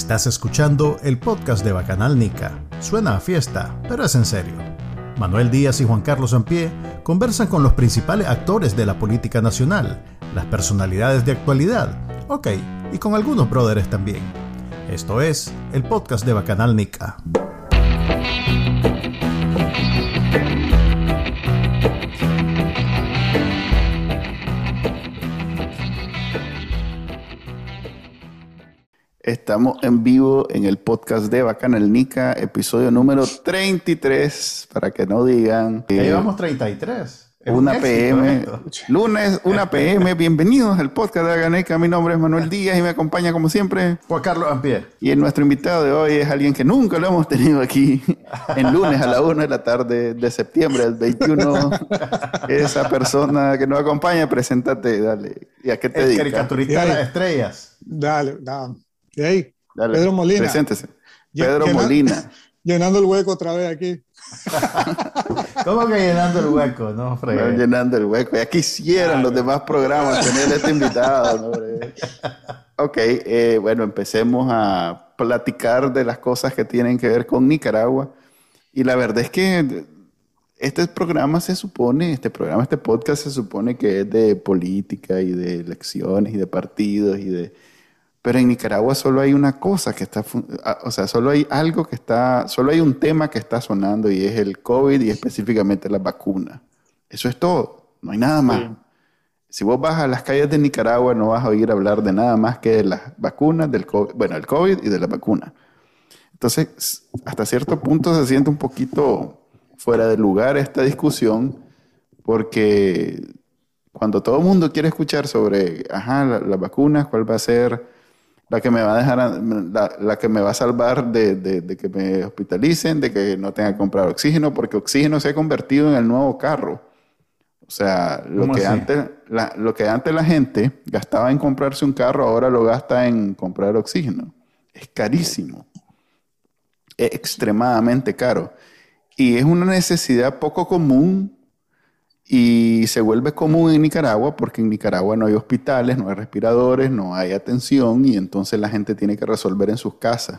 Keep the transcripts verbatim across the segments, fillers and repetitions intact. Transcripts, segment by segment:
Estás escuchando el podcast de Bacanal Nica. Suena a fiesta, pero es en serio. Manuel Díaz y Juan Carlos Sampié conversan con los principales actores de la política nacional, las personalidades de actualidad, ok, y con algunos brothers también. Esto es el podcast de Bacanal Nica. Estamos en vivo en el podcast de Bacanal Nica, episodio número treinta y tres, para que no digan... Ya llevamos treinta y tres. Es una P M, lunes, una P M. Bienvenidos al podcast de Bacanal Nica. Mi nombre es Manuel Díaz y me acompaña como siempre Juan Carlos Sampié. Y nuestro invitado de hoy es alguien que nunca lo hemos tenido aquí en lunes a la una de la tarde de septiembre del veintiuno. Esa persona que nos acompaña, preséntate, dale. ¿Y a qué te El dedicas? caricaturista de las estrellas. Dale, dale. ¿Y ahí? Dale, Pedro Molina. Preséntese. Pedro Llena, Molina. Llenando el hueco otra vez aquí. ¿Cómo que llenando el hueco? No, fregué. No, llenando el hueco. Ya quisieran ah, los demás programas tener este invitado. ¿No? Ok, eh, bueno, empecemos a platicar de las cosas que tienen que ver con Nicaragua. Y la verdad es que este programa se supone, este programa, este podcast se supone que es de política y de elecciones y de partidos y de... Pero en Nicaragua solo hay una cosa que está, o sea, solo hay algo que está, solo hay un tema que está sonando y es el COVID y específicamente las vacunas. Eso es todo, no hay nada más. Sí. Si vos vas a las calles de Nicaragua no vas a oír hablar de nada más que de las vacunas, del COVID, bueno, el COVID y de la vacuna. Entonces, hasta cierto punto se siente un poquito fuera de lugar esta discusión porque cuando todo el mundo quiere escuchar sobre, ajá, las la vacunas, cuál va a ser la que me va a dejar, la, la que me va a salvar de, de, de que me hospitalicen, de que no tenga que comprar oxígeno, porque oxígeno se ha convertido en el nuevo carro. O sea, lo que, antes, la, lo que antes la gente gastaba en comprarse un carro, ahora lo gasta en comprar oxígeno. Es carísimo. Es extremadamente caro. Y es una necesidad poco común y se vuelve común en Nicaragua porque en Nicaragua no hay hospitales, no hay respiradores, no hay atención y entonces la gente tiene que resolver en sus casas.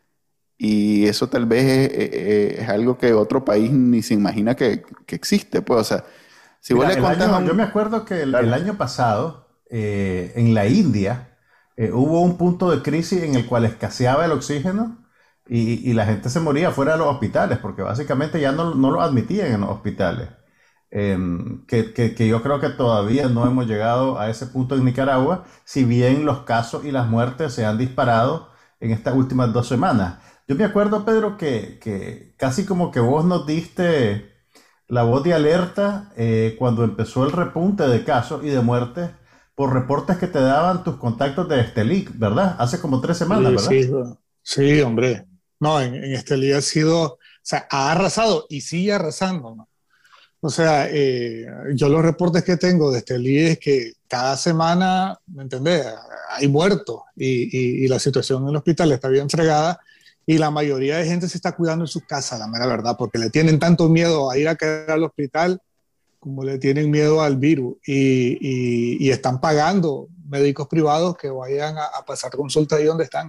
Y eso tal vez es, es, es algo que otro país ni se imagina que, que existe. Pues, o sea, si Mira, vos le contás año, a un... Yo me acuerdo que el, el año pasado eh, en la India eh, hubo un punto de crisis en el cual escaseaba el oxígeno y, y la gente se moría fuera de los hospitales porque básicamente ya no, no lo admitían en los hospitales. Eh, que, que, que yo creo que todavía no hemos llegado a ese punto en Nicaragua, si bien los casos y las muertes se han disparado en estas últimas dos semanas. Yo me acuerdo, Pedro, que, que casi como que vos nos diste la voz de alerta eh, cuando empezó el repunte de casos y de muertes por reportes que te daban tus contactos de Estelic, ¿verdad? Hace como tres semanas, sí, ¿verdad? Sí, sí, hombre. No, en, en Estelic ha sido, o sea, ha arrasado y sigue arrasando, ¿no? O sea, eh, yo los reportes que tengo de Estelí es que cada semana, ¿me entendés? Hay muertos y, y, y la situación en el hospital está bien fregada y la mayoría de gente se está cuidando en sus casas, la mera verdad, porque le tienen tanto miedo a ir a caer al hospital como le tienen miedo al virus y, y, y están pagando médicos privados que vayan a, a pasar consulta ahí donde están.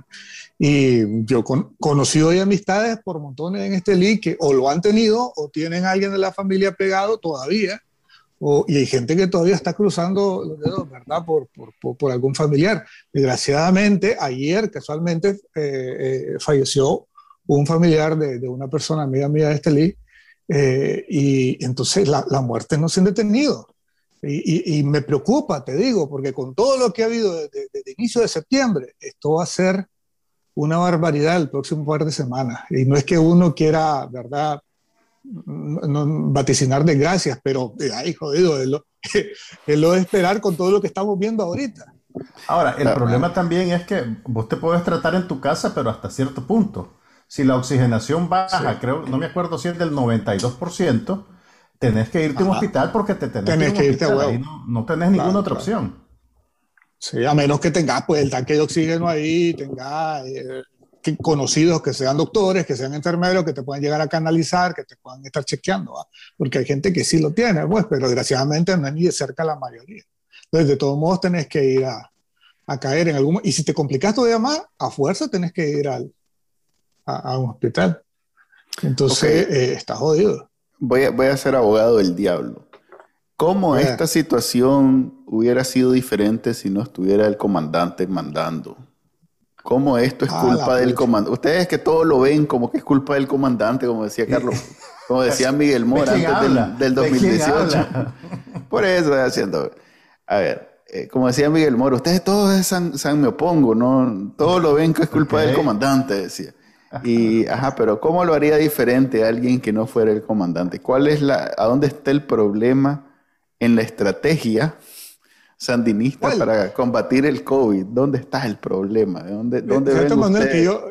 Y yo con, conocido y amistades por montones en Estelí que o lo han tenido o tienen a alguien de la familia pegado todavía, o, y hay gente que todavía está cruzando los dedos, ¿verdad? Por, por, por, por algún familiar. Desgraciadamente, ayer casualmente eh, eh, falleció un familiar de, de una persona amiga mía de Estelí, eh, y entonces la, la muerte no se han detenido. Y, y, y me preocupa, te digo, porque con todo lo que ha habido desde, desde inicio de septiembre, esto va a ser una barbaridad el próximo par de semanas. Y no es que uno quiera, ¿verdad?, no, no, vaticinar desgracias, pero, ay, jodido, es lo, es lo de esperar con todo lo que estamos viendo ahorita. Ahora, el claro. problema también es que vos te puedes tratar en tu casa, pero hasta cierto punto. Si la oxigenación baja, sí. creo, no me acuerdo si es del noventa y dos por ciento, tenés que irte Ajá. a un hospital porque te tenés, tenés que, que irte a huevo. Ahí no, no tenés ninguna claro, otra claro. opción. Sí, a menos que tengas pues el tanque de oxígeno ahí, tengas eh, que, conocidos que sean doctores, que sean enfermeros, que te puedan llegar a canalizar, que te puedan estar chequeando, ¿va? Porque hay gente que sí lo tiene, pues, pero desgraciadamente no es ni de cerca la mayoría. Entonces, de todos modos, tenés que ir a, a caer en algún... Y si te complicas todavía más, a fuerza tenés que ir al, a, a un hospital. Entonces, Ok, eh, está jodido. voy a, voy a ser abogado del diablo. ¿Cómo Yeah. esta situación hubiera sido diferente si no estuviera el comandante mandando? ¿Cómo esto es Ah, la culpa del pucha. comandante? Ustedes que todo lo ven como que es culpa del comandante, como decía Y- Carlos, como decía Miguel ¿De Mora quién antes del, habla? del ¿De quién dos mil dieciocho. habla? Por eso estoy haciendo. A ver, eh, como decía Miguel Mora, ustedes todos es San, San me opongo, ¿no? Todos lo ven que es Ok. culpa del comandante, decía. Y, ajá, pero ¿cómo lo haría diferente a alguien que no fuera el comandante? ¿Cuál es la, a dónde está el problema en la estrategia sandinista Well, para combatir el COVID? ¿Dónde está el problema? ¿De dónde, dónde fíjate, ven Manuel, que ustedes? yo,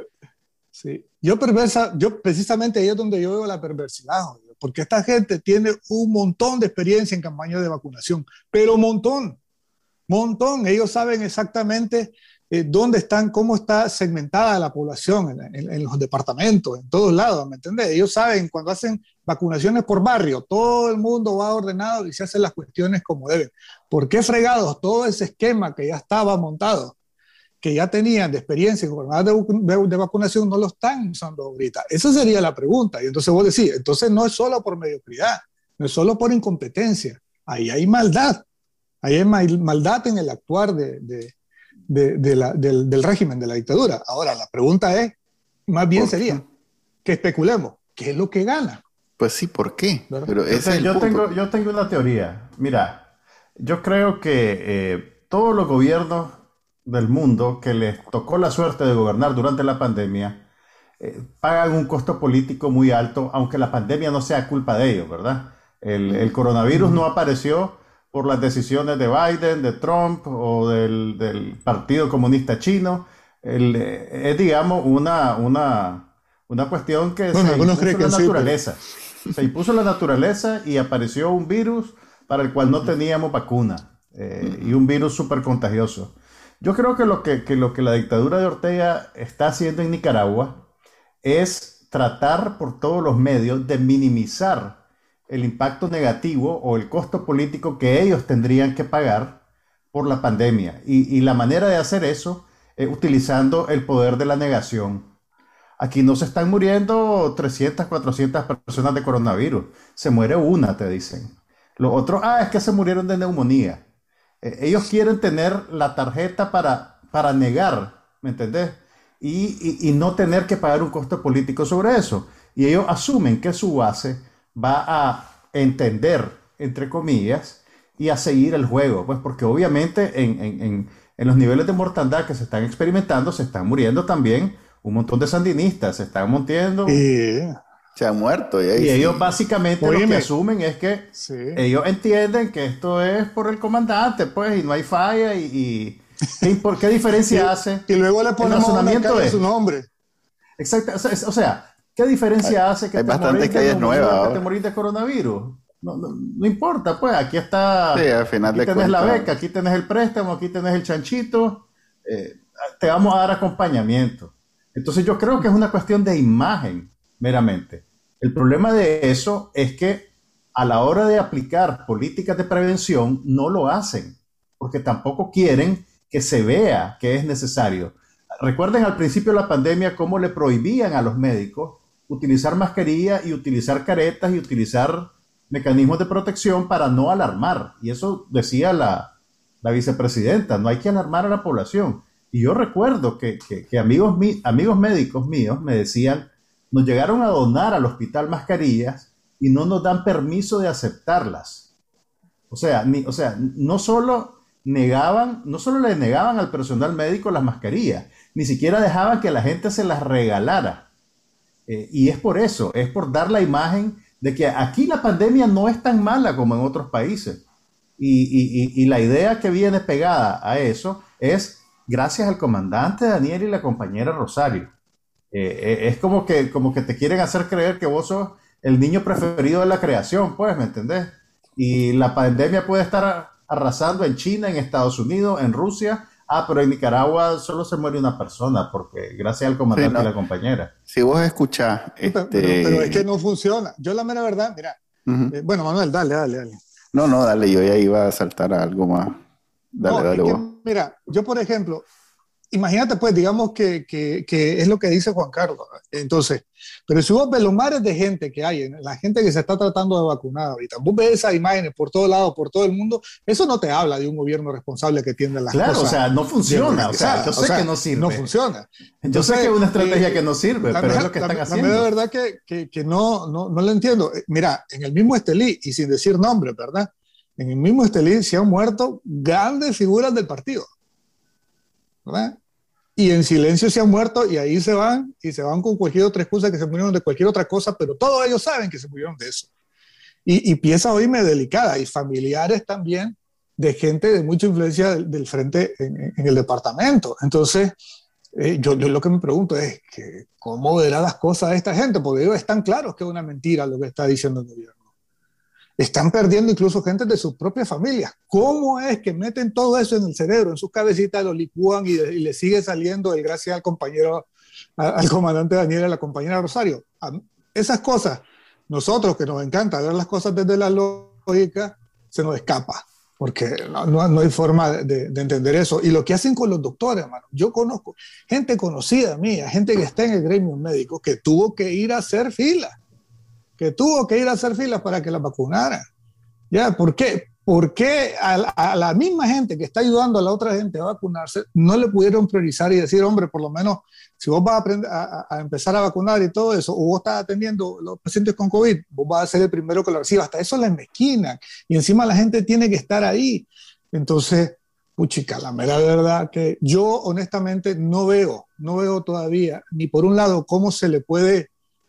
sí, yo perversa, yo precisamente ahí es donde yo veo la perversidad, jodido, porque esta gente tiene un montón de experiencia en campañas de vacunación, pero un montón, montón. Ellos saben exactamente eh, dónde están, cómo está segmentada la población en, en, en los departamentos, en todos lados, ¿me entiendes? Ellos saben cuando hacen vacunaciones por barrio, todo el mundo va ordenado y se hacen las cuestiones como deben. ¿Por qué fregados todo ese esquema que ya estaba montado, que ya tenían de experiencia en jornadas de, de, de vacunación, no lo están usando ahorita? Esa sería la pregunta. Y entonces vos decís, entonces no es solo por mediocridad, no es solo por incompetencia, ahí hay maldad. Ahí hay mal, maldad en el actuar de, de, de, de la, del, del régimen, de la dictadura. Ahora, la pregunta es, más bien ¿Por qué? sería, que especulemos, ¿qué es lo que gana? Pues sí, ¿por qué? ¿Verdad? Pero Yo, ese es te- el yo punto. tengo, yo tengo una teoría. Mira, yo creo que eh, todos los gobiernos del mundo que les tocó la suerte de gobernar durante la pandemia eh, pagan un costo político muy alto, aunque la pandemia no sea culpa de ellos, ¿verdad? El, el coronavirus no apareció por las decisiones de Biden, de Trump o del, del Partido Comunista Chino. El, eh, es, digamos, una, una, una cuestión que Bueno, se algunos impuso creen en la que sí, pero... naturaleza. Se impuso la naturaleza y apareció un virus para el cual no teníamos vacuna, eh, y un virus súper contagioso. Yo creo que lo que, que lo que la dictadura de Ortega está haciendo en Nicaragua es tratar por todos los medios de minimizar el impacto negativo o el costo político que ellos tendrían que pagar por la pandemia. Y, y la manera de hacer eso es utilizando el poder de la negación. Aquí no se están muriendo trescientas, cuatrocientas personas de coronavirus. Se muere una, te dicen. Los otros, ah, es que se murieron de neumonía. Eh, ellos quieren tener la tarjeta para, para negar, ¿me entendés? Y, y- y no tener que pagar un costo político sobre eso. Y ellos asumen que su base va a entender, entre comillas, y a seguir el juego. Pues porque obviamente en, en- en- en los niveles de mortandad que se están experimentando, se están muriendo también un montón de sandinistas, se están muriendo. Y, Se han muerto y ahí Y ellos sí. básicamente lo que oíme, asumen es que sí. ellos entienden que esto es por el comandante, pues, y no hay falla. Y, y ¿qué, impor- qué diferencia hace? Y, y luego le El ponemos una razonamiento calle a es, su nombre. exacto, o sea, es- o sea, ¿qué diferencia hace que Hay te bastantes morís de calles nuevas neumonía o que te ahora. morís de coronavirus? No, no, no importa, pues, aquí está, Sí, al final aquí de tenés la cuentas. beca, aquí tenés el préstamo, aquí tenés el chanchito, eh, te vamos a dar acompañamiento. Entonces yo creo que es una cuestión de imagen, meramente. El problema de eso es que a la hora de aplicar políticas de prevención no lo hacen, porque tampoco quieren que se vea que es necesario. Recuerden al principio de la pandemia cómo le prohibían a los médicos utilizar mascarilla y utilizar caretas y utilizar mecanismos de protección para no alarmar. Y eso decía la, la vicepresidenta, no hay que alarmar a la población. Y yo recuerdo que, que, que amigos, mi, amigos médicos míos me decían, nos llegaron a donar al hospital mascarillas y no nos dan permiso de aceptarlas. O sea, ni, o sea, no solo negaban, no solo le negaban al personal médico las mascarillas, ni siquiera dejaban que la gente se las regalara. Eh, y es por eso, es por dar la imagen de que aquí la pandemia no es tan mala como en otros países. Y, y, y, y la idea que viene pegada a eso es gracias al comandante Daniel y la compañera Rosario. Eh, eh, es como que, como que te quieren hacer creer que vos sos el niño preferido de la creación, pues, ¿me entendés? Y la pandemia puede estar arrasando en China, en Estados Unidos, en Rusia. Ah, pero en Nicaragua solo se muere una persona, porque gracias al Sí, comandante y no. la compañera. Si vos escuchás, Sí, pero, pero, pero es que este... no funciona. Yo la mera verdad, mira, ujú. eh, bueno, Manuel, dale, dale, dale. No, no, dale, yo ya iba a saltar a algo más. Dale, No, dale es que vos. mira, yo por ejemplo, imagínate pues, digamos que, que, que es lo que dice Juan Carlos. Entonces, pero si vos ves los mares de gente que hay, la gente que se está tratando de vacunar ahorita, vos ves esas imágenes por todos lados, por todo el mundo, eso no te habla de un gobierno responsable que tiene las claro, cosas. Claro, o sea, no funciona. O sea, yo sé o sea, que no sirve. No funciona. Entonces, yo sé que es una estrategia eh, que no sirve, pero mera, es lo que están la, haciendo. La verdad que, que, que no, no, no lo entiendo. Mira, en el mismo Estelí, y sin decir nombre, ¿verdad? En el mismo Estelí se han muerto grandes figuras del partido, ¿verdad? Y en silencio se han muerto y ahí se van y se van con cualquier otra excusa que se murieron de cualquier otra cosa, pero todos ellos saben que se murieron de eso. Y, y pieza oíme delicada y familiares también de gente de mucha influencia del, del frente en, en el departamento. Entonces, eh, yo, yo lo que me pregunto es que, ¿cómo verá las cosas esta gente? Porque ellos están claros que es una mentira lo que está diciendo el gobierno. Están perdiendo incluso gente de sus propias familias. ¿Cómo es que meten todo eso en el cerebro, en sus cabecitas, lo licúan y, y le sigue saliendo el gracias al compañero, al comandante Daniel y a la compañera Rosario? Esas cosas, nosotros que nos encanta ver las cosas desde la lógica, se nos escapa, porque no, no, no hay forma de, de entender eso. Y lo que hacen con los doctores, hermano, yo conozco gente conocida mía, gente que está en el gremio médico, que tuvo que ir a hacer fila. que tuvo que ir a hacer filas para que la vacunaran. ¿Ya? ¿Por qué? ¿Por qué a la, a la misma gente que está ayudando a la otra gente a vacunarse no le pudieron priorizar y decir, hombre, por lo menos si vos vas a, aprender, a, a empezar a vacunar y todo eso, o vos estás atendiendo a los pacientes con COVID, vos vas a ser el primero que lo reciba? Hasta eso la mezquinan. Y encima la gente tiene que estar ahí. Entonces, puchica, la mera verdad que yo honestamente no veo, no veo todavía, ni por un lado cómo se le puede...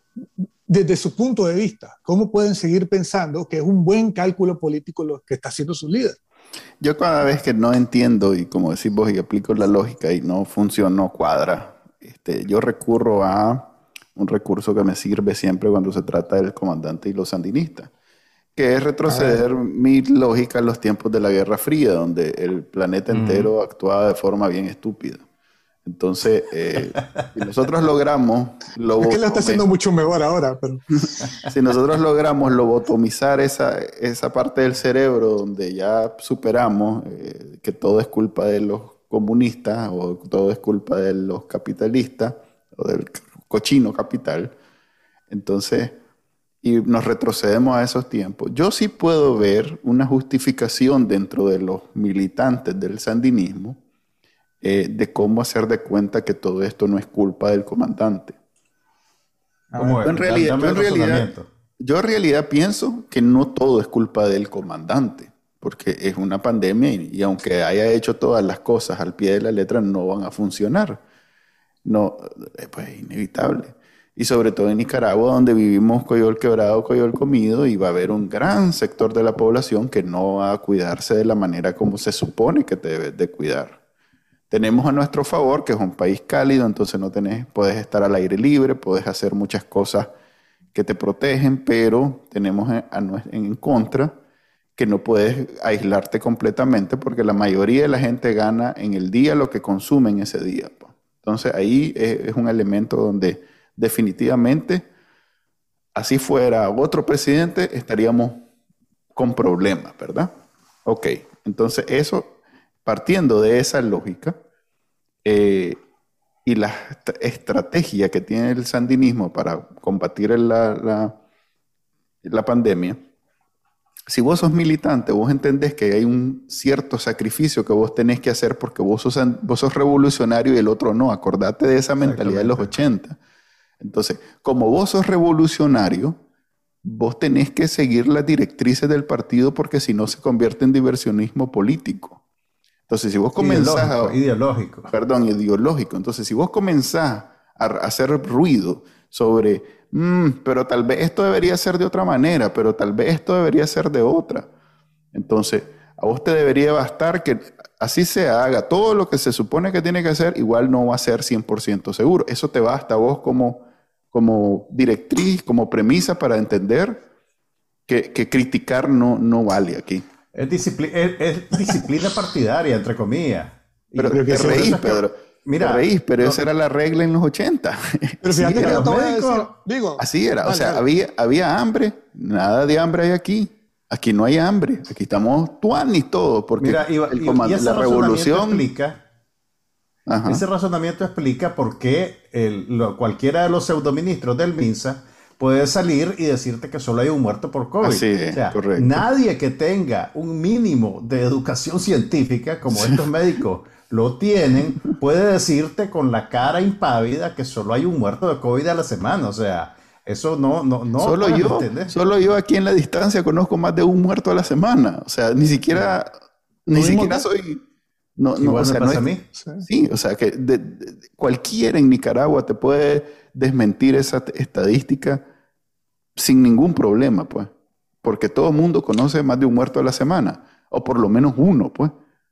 desde su punto de vista, ¿cómo pueden seguir pensando que es un buen cálculo político lo que está haciendo su líder? Yo cada vez que no entiendo, y como decís vos, y aplico la lógica y no funciona, no cuadra, este, yo recurro a un recurso que me sirve siempre cuando se trata del comandante y los sandinistas, que es retroceder mi lógica a los tiempos de la Guerra Fría, donde el planeta entero mm. actuaba de forma bien estúpida. Entonces, eh, si nosotros logramos... Es que lo está haciendo mucho mejor ahora. Pero... si nosotros logramos lobotomizar esa, esa parte del cerebro donde ya superamos eh, que todo es culpa de los comunistas o todo es culpa de los capitalistas o del cochino capital, entonces, y nos retrocedemos a esos tiempos, yo sí puedo ver una justificación dentro de los militantes del sandinismo Eh, de cómo hacer de cuenta que todo esto no es culpa del comandante. ¿Cómo es? En realidad, yo, en realidad, yo en realidad pienso que no todo es culpa del comandante, porque es una pandemia y, y aunque haya hecho todas las cosas al pie de la letra, no van a funcionar. No, pues es inevitable. Y sobre todo en Nicaragua, donde vivimos coyol quebrado, coyol comido, y va a haber un gran sector de la población que no va a cuidarse de la manera como se supone que te debes de cuidar. Tenemos a nuestro favor que es un país cálido, entonces no tenés, podés estar al aire libre, podés hacer muchas cosas que te protegen, pero tenemos a, a, en contra que no puedes aislarte completamente porque la mayoría de la gente gana en el día lo que consume en ese día. Entonces ahí es, es un elemento donde definitivamente, así fuera otro presidente, estaríamos con problemas, ¿verdad? Ok, entonces eso... Partiendo de esa lógica eh, y la est- estrategia que tiene el sandinismo para combatir la, la, la pandemia, si vos sos militante, vos entendés que hay un cierto sacrificio que vos tenés que hacer porque vos sos, vos sos revolucionario y el otro no. Acordate de esa mentalidad de los ochenta. Entonces, como vos sos revolucionario, vos tenés que seguir las directrices del partido porque si no se convierte en diversionismo político. Entonces, si vos comenzás ideológico, a... Ideológico. Perdón, ideológico. Entonces, si vos comenzás a hacer ruido sobre, mmm, pero tal vez esto debería ser de otra manera, pero tal vez esto debería ser de otra. Entonces, a vos te debería bastar que así se haga todo lo que se supone que tiene que hacer, igual no va a ser cien por ciento seguro. Eso te basta a vos como, como directriz, como premisa para entender que, que criticar no, no vale aquí. Es, discipli es, es disciplina partidaria, entre comillas. Pero te que reís, Pedro. Mira, te reís, pero no, esa era la regla en los ochenta. Pero fíjate que yo te voy a decir, digo, así era. O sea, había, había hambre, nada de hambre hay aquí. Aquí no hay hambre, aquí estamos tuanis todos, porque Mira, y, el y- comando- y ese la razonamiento revolución... explica, Ajá. ese razonamiento explica por qué el- lo- cualquiera de los pseudoministros del MINSA puede salir y decirte que solo hay un muerto por COVID. Así es, O sea, correcto. nadie que tenga un mínimo de educación científica, como estos médicos lo tienen, puede decirte con la cara impávida que solo hay un muerto de COVID a la semana. O sea, eso no, no, no. Solo ¿me yo, entiendes? solo yo aquí en la distancia conozco más de un muerto a la semana. O sea, ni siquiera, ni mismo siquiera acá? soy... No, no, Igual o sea, me no pasa es- a mí. Sí. Sí, o sea, que de- de- cualquiera en Nicaragua te puede desmentir esa t- estadística sin ningún problema, pues. Porque todo el mundo conoce más de un muerto a la semana, o por lo menos uno, pues.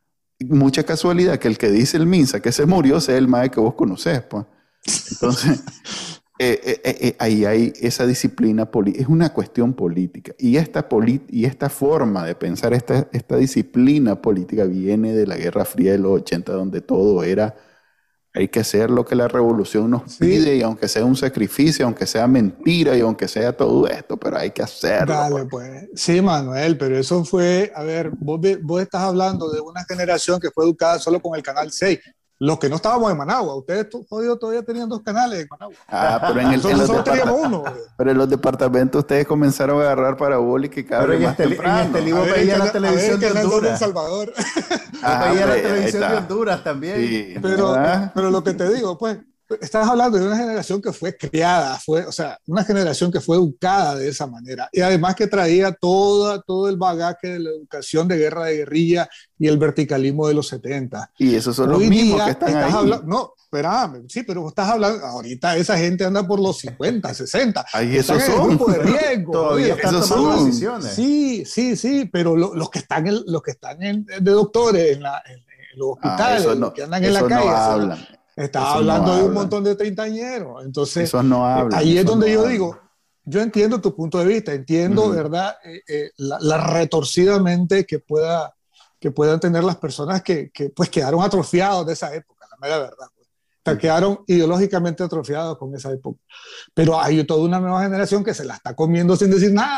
Y mucha casualidad que el que dice el MINSA que se murió sea el mae que vos conocés, pues. Entonces, eh, eh, eh, eh, ahí hay esa disciplina política, es una cuestión política. Y esta, poli- y esta forma de pensar, esta, esta disciplina política viene de la Guerra Fría de los ochenta, donde todo era, hay que hacer lo que la revolución nos Sí. pide, y aunque sea un sacrificio, aunque sea mentira, y aunque sea todo esto, pero hay que hacerlo. Dale, pues. Sí, Manuel, pero eso fue, a ver, vos, ve- vos estás hablando de una generación que fue educada solo con el canal seis. Los que no estábamos en Managua, ustedes to- jodidos todavía tenían dos canales en Managua. Ah, pero en, el, en Nosotros los solo departa- teníamos uno. güey. pero en los departamentos ustedes comenzaron a agarrar parabólica y cable Pero en más este, li- en temprano. este A libro ver, el veía la canal- a ver, televisión el de canal dos de El Honduras. Salvador. Ah, Veía la hombre, ahí televisión de está. Honduras también. Sí, Pero, ¿verdad? pero lo que te digo, pues, estás hablando de una generación que fue criada, fue, o sea, una generación que fue educada de esa manera y además que traía toda, todo el bagaje de la educación de guerra de guerrilla y el verticalismo de los setenta. Y esos son los Hoy mismos día que están estás ahí. hablando, no, espérame, sí, pero vos estás hablando, ahorita esa gente anda por los cincuenta, sesenta. Ahí están esos en el son. grupo de riesgo. Todavía oye, están esos tomando son. decisiones. Sí, sí, sí, pero lo- los que están, en, los que están en- de doctores en, la- en- en los Ah, hospitales, esos los no, que andan en la esos no calle, son- hablan. estaba Esos hablando no de un hablan. montón de treintañeros. Entonces, Esos no eh, hablan. ahí es esos donde no yo hablan. digo, yo entiendo tu punto de vista, entiendo, Ujú. ¿verdad? Eh, eh, la, la retorcidamente que, pueda, que puedan tener las personas que, que pues quedaron atrofiados de esa época, la mera verdad. Pues. O sea, Ujú. quedaron ideológicamente atrofiados con esa época. Pero hay toda una nueva generación que se la está comiendo sin decir nada.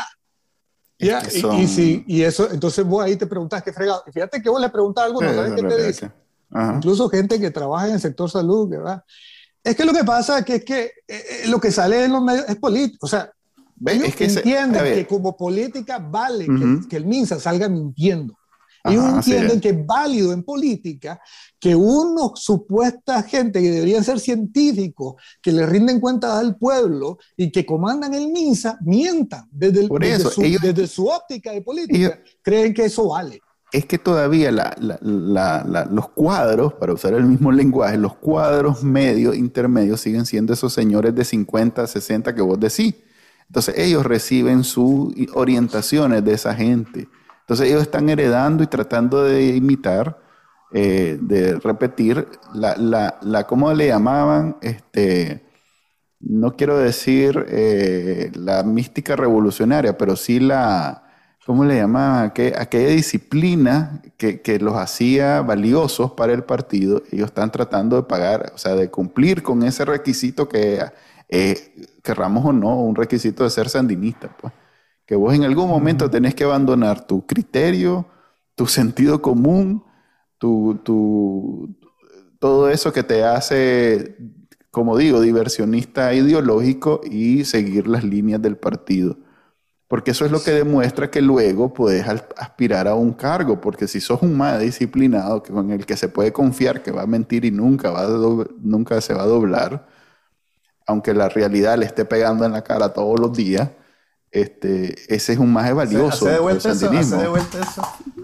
Es ¿Ya? que Y, son- y, si, y eso, entonces vos ahí te preguntas qué fregado. Y fíjate que vos le preguntas a alguno, Sí, ¿sabes eso qué es te verdad dice? que- Ajá. Incluso gente que trabaja en el sector salud, ¿verdad? Es que lo que pasa es que, es que eh, eh, lo que sale en los medios es político. O sea, Ve, ellos es que se- entienden a ver. que como política vale que- Ujú. que, el MINSA salga mintiendo. Ellos Ajá, así entienden es. que es válido en política que unos supuesta gente que deberían ser científicos, que le rinden cuentas al pueblo y que comandan el MINSA, mientan. Desde, el- Por desde eso, su, ellos- desde su óptica de política, ellos- creen que eso vale. Es que todavía la- la- la- la- los cuadros, para usar el mismo lenguaje, los cuadros medios, intermedios, siguen siendo esos señores de cincuenta, sesenta que vos decís. Entonces ellos reciben sus orientaciones de esa gente. Entonces ellos están heredando y tratando de imitar, eh, de repetir la, la, la, ¿cómo le llamaban? Este, no quiero decir eh, la mística revolucionaria, pero sí la, ¿cómo le llamaban? Aqu- aquella disciplina que, que los hacía valiosos para el partido. Ellos están tratando de pagar, o sea, de cumplir con ese requisito que, eh, querramos o no, un requisito de ser sandinista, pues. Que vos en algún momento tenés que abandonar tu criterio, tu sentido común, tu, tu, todo eso que te hace, como digo, diversionista ideológico y seguir las líneas del partido. Porque eso es lo que demuestra que luego puedes aspirar a un cargo, porque si sos un más disciplinado con el que se puede confiar que va a mentir y nunca, va a do- nunca se va a doblar, aunque la realidad le esté pegando en la cara todos los días, este, ese es un maje valioso. Hace de del vuelta eso, sandinismo. hace de vuelta eso.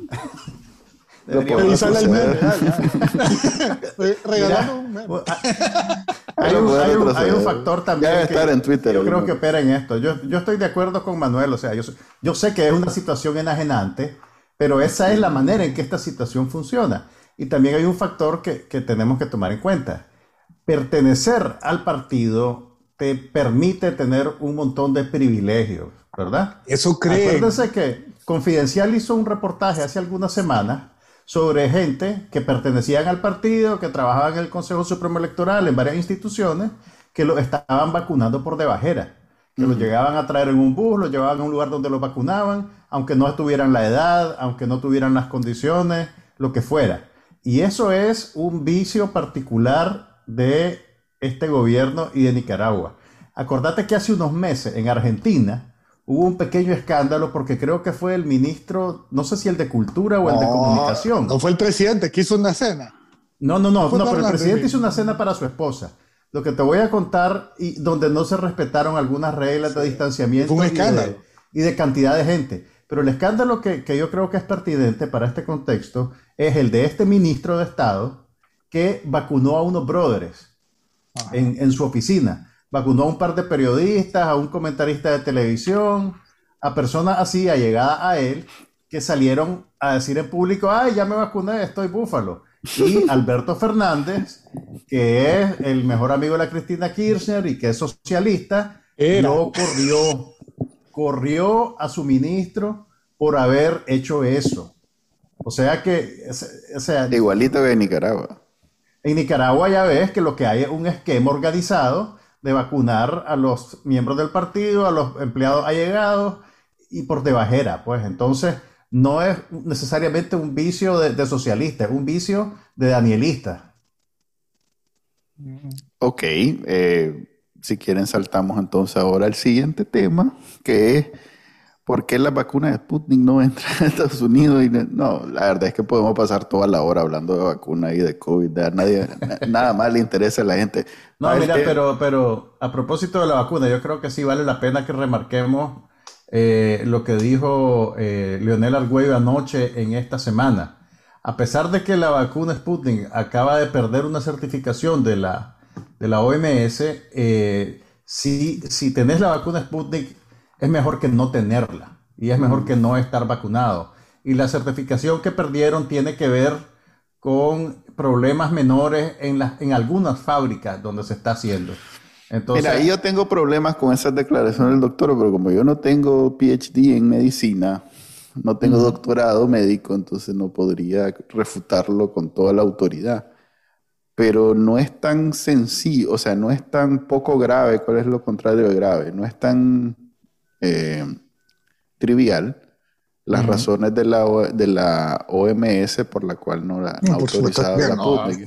Lo Deberíamos podemos Revisarle el meme, hacer. ya, ya. Regalando Mira, un meme. bu- hay, un, Lo hay, un, podemos hay un hacer. factor también Ya debe que estar en Twitter, yo el creo meme. que opera en esto. Yo, yo estoy de acuerdo con Manuel, o sea, yo, yo sé que es una situación enajenante, pero esa es la manera en que esta situación funciona. Y también hay un factor que, que tenemos que tomar en cuenta. Pertenecer al partido te permite tener un montón de privilegios, ¿verdad? Eso creen. Acuérdense que Confidencial hizo un reportaje hace algunas semanas sobre gente que pertenecían al partido, que trabajaban en el Consejo Supremo Electoral, en varias instituciones, que lo estaban vacunando por debajera. Que Ujú. los llegaban a traer en un bus, los llevaban a un lugar donde los vacunaban, aunque no tuvieran la edad, aunque no tuvieran las condiciones, lo que fuera. Y eso es un vicio particular de este gobierno y de Nicaragua. Acordate que hace unos meses en Argentina hubo un pequeño escándalo porque creo que fue el ministro, no sé si el de Cultura o el de No, Comunicación. no fue el presidente que hizo una cena. No, no, no, Fue no, pero el Fernández. presidente hizo una cena para su esposa. Lo que te voy a contar, y donde no se respetaron algunas reglas de distanciamiento Fue un y de, escándalo. y de cantidad de gente. Pero el escándalo que, que yo creo que es pertinente para este contexto es el de este ministro de Estado que vacunó a unos brothers Ajá. en, en su oficina. Vacunó a un par de periodistas, a un comentarista de televisión, a personas así allegadas a él, que salieron a decir en público, ay, ya me vacuné, estoy búfalo. Y Alberto Fernández, que es el mejor amigo de la Cristina Kirchner y que es socialista, Era. no corrió, corrió a su ministro por haber hecho eso. O sea que, o sea, Igualito que en Nicaragua. en Nicaragua ya ves que lo que hay es un esquema organizado de vacunar a los miembros del partido, a los empleados allegados y por debajera, pues entonces no es necesariamente un vicio de, de socialista, es un vicio de danielista. Ok, eh, si quieren saltamos entonces ahora al siguiente tema, que es ¿por qué las vacunas de Sputnik no entran a Estados Unidos? Y no, no, la verdad es que podemos pasar toda la hora hablando de vacunas y de COVID. A nadie, nada más le interesa a la gente. No, A mira, este- pero, pero a propósito de la vacuna, yo creo que sí vale la pena que remarquemos eh, lo que dijo eh, Leonel Argüello anoche en esta semana. A pesar de que la vacuna Sputnik acaba de perder una certificación de la, de la O M S, eh, si, si tenés la vacuna Sputnik, es mejor que no tenerla y es mejor que no estar vacunado. Y la certificación que perdieron tiene que ver con problemas menores en, las, en algunas fábricas donde se está haciendo. Entonces, Mira, ahí yo tengo problemas con esas declaraciones del doctor, pero como yo no tengo P H D en medicina, no tengo Ujú. doctorado médico, entonces no podría refutarlo con toda la autoridad. Pero no es tan sencillo, o sea, no es tan poco grave. ¿Cuál es lo contrario de grave? No es tan eh, trivial las Ujú. razones de la, O- de la O M S por la cual no la han No, por supuesto autorizado que la no. Sputnik.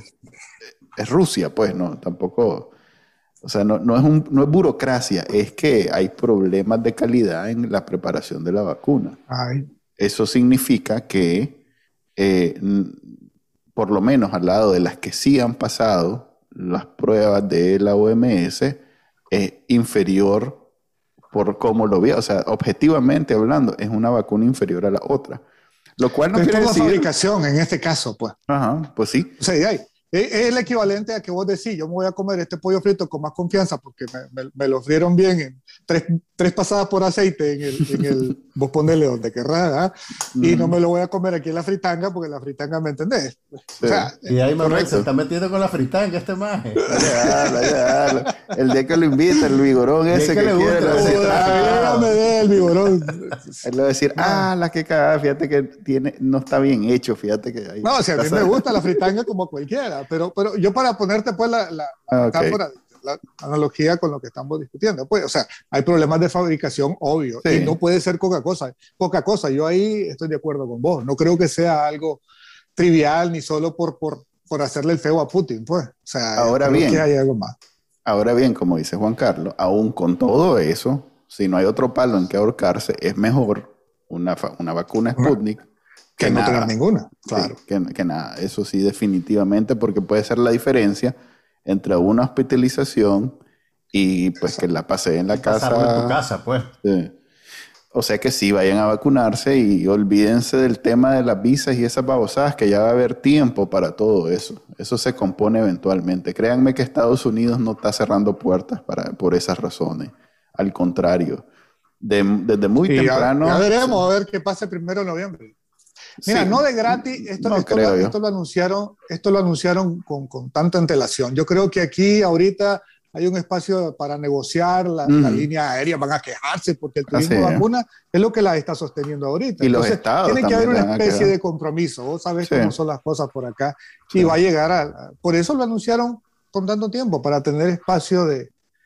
Es Rusia, pues, no, tampoco. O sea, no, no es un, no es burocracia, es que hay problemas de calidad en la preparación de la vacuna. Ay, Eso significa que, eh, n- por lo menos al lado de las que sí han pasado las pruebas de la O M S, es inferior por cómo lo veo. O sea, objetivamente hablando, es una vacuna inferior a la otra. Lo cual no pero es quiere por la decir... fabricación en este caso, pues. Ajá, pues sí. O sea, y hay- es, es el equivalente a que vos decís, yo me voy a comer este pollo frito con más confianza porque me, me- me lo frieron bien en tres, tres pasadas por aceite en el, en el vos ponele donde querrás, ¿ah? Y no me lo voy a comer aquí en la fritanga porque la fritanga, ¿me entendés? O sea, y ahí Manuel correcto. se está metiendo con la fritanga este maje. Déjalo, déjalo. El día que lo invita, el vigorón El día ese que que, le quiere, guste, le va a le decir, guste. todavía ah, me dé el vigorón. él le va a decir, ah, la que cagada, fíjate que tiene, no está bien hecho, fíjate que ahí. No, si a mí me gusta la fritanga como cualquiera, pero, pero yo para ponerte pues la, la, la Ah, ok. metáfora, la analogía con lo que estamos discutiendo, pues, o sea, hay problemas de fabricación, obvio, Sí. y no puede ser poca cosa, poca cosa. Yo ahí estoy de acuerdo con vos. No creo que sea algo trivial ni solo por, por, por hacerle el feo a Putin, pues. O sea, Ahora creo bien. que hay algo más. Ahora bien, como dice Juan Carlos, aún con todo eso, si no hay otro palo en que ahorcarse, es mejor una, fa- una vacuna Sputnik Que no nada. tener ninguna, claro. Sí, que, que nada, eso sí, definitivamente, porque puede ser la diferencia entre una hospitalización y pues que la pasé en la Pasarlo casa. en tu casa, pues. Sí. O sea que sí, vayan a vacunarse y olvídense del tema de las visas y esas babosadas, que ya va a haber tiempo para todo eso. Eso se compone eventualmente. Créanme que Estados Unidos no está cerrando puertas para, por esas razones. Al contrario, de- desde muy Y ya, temprano... ya veremos a ver qué pasa el primero de noviembre. Mira, Sí. no de gratis, esto, No esto, creo lo, yo. esto lo anunciaron, esto lo anunciaron con, con tanta antelación. Yo creo que aquí ahorita hay un espacio para negociar, la, Mm. la línea aérea van a quejarse porque el turismo Así de es. vacuna es lo que la está sosteniendo ahorita. Y los Entonces, estados tiene que haber también una van a especie quedar. de compromiso. Vos sabés Sí. cómo son las cosas por acá Sí. y va a llegar a... Por eso lo anunciaron con tanto tiempo, para tener espacio de,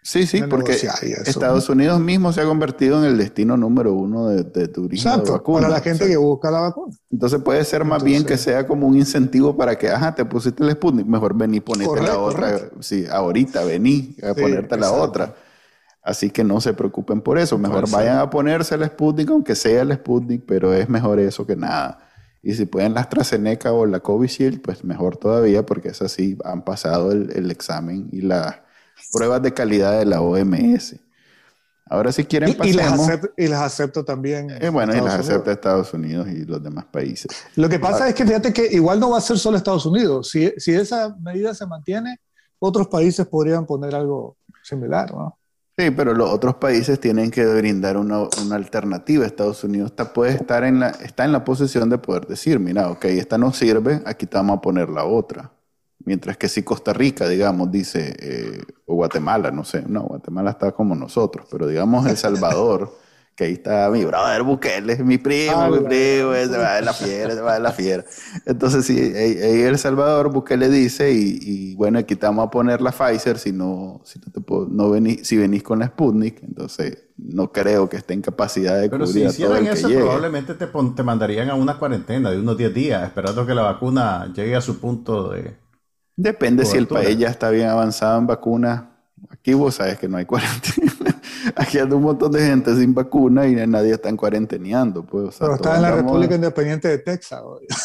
Sí, sí, porque Estados Unidos mismo se ha convertido en el destino número uno de, de turismo Exacto, de vacunas. para la gente, o sea, que busca la vacuna. Entonces puede ser más entonces, bien que sea como un incentivo para que, ajá, te pusiste el Sputnik, mejor vení, ponete correcto, la otra. Correcto. Sí, ahorita vení a sí, ponerte exacto. la otra. Así que no se preocupen por eso. Mejor Entonces, vayan a ponerse el Sputnik, aunque sea el Sputnik, pero es mejor eso que nada. Y si pueden la AstraZeneca o la Covishield, pues mejor todavía, porque esas sí han pasado el, el examen y las pruebas de calidad de la O M S. Ahora si quieren pasemos... Y las acepto, y las acepto también. Eh, bueno, y las acepta Estados Unidos y los demás países. Lo que pasa ah, es que fíjate que igual no va a ser solo Estados Unidos. Si, si esa medida se mantiene, otros países podrían poner algo similar, ¿no? Sí, pero los otros países tienen que brindar una, una alternativa. Estados Unidos está, puede estar en la, está en la posición de poder decir, mira, ok, esta no sirve, aquí te vamos a poner la otra. Mientras que si Costa Rica, digamos, dice, eh, o Guatemala, no sé, no, Guatemala está como nosotros, pero digamos El Salvador, que ahí está mi brother Bukele, mi primo, ah, mi primo, se va de la fiera, se va de la fiera. Entonces, sí, ahí, ahí El Salvador, Bukele dice, y, y bueno, aquí te vamos a poner la Pfizer, si no, si no te puedo, no venís, si venís con la Sputnik, entonces no creo que esté en capacidad de pero cubrir si a todo el que eso, llegue. Probablemente te, pon, te mandarían a una cuarentena de unos diez días, esperando que la vacuna llegue a su punto de... Depende si el país ya está bien avanzado en vacunas. Aquí vos sabes que no hay cuarentena. Aquí anda un montón de gente sin vacuna y nadie está en cuarenteneando. Pues, o sea, pero está en la República Independiente de Texas.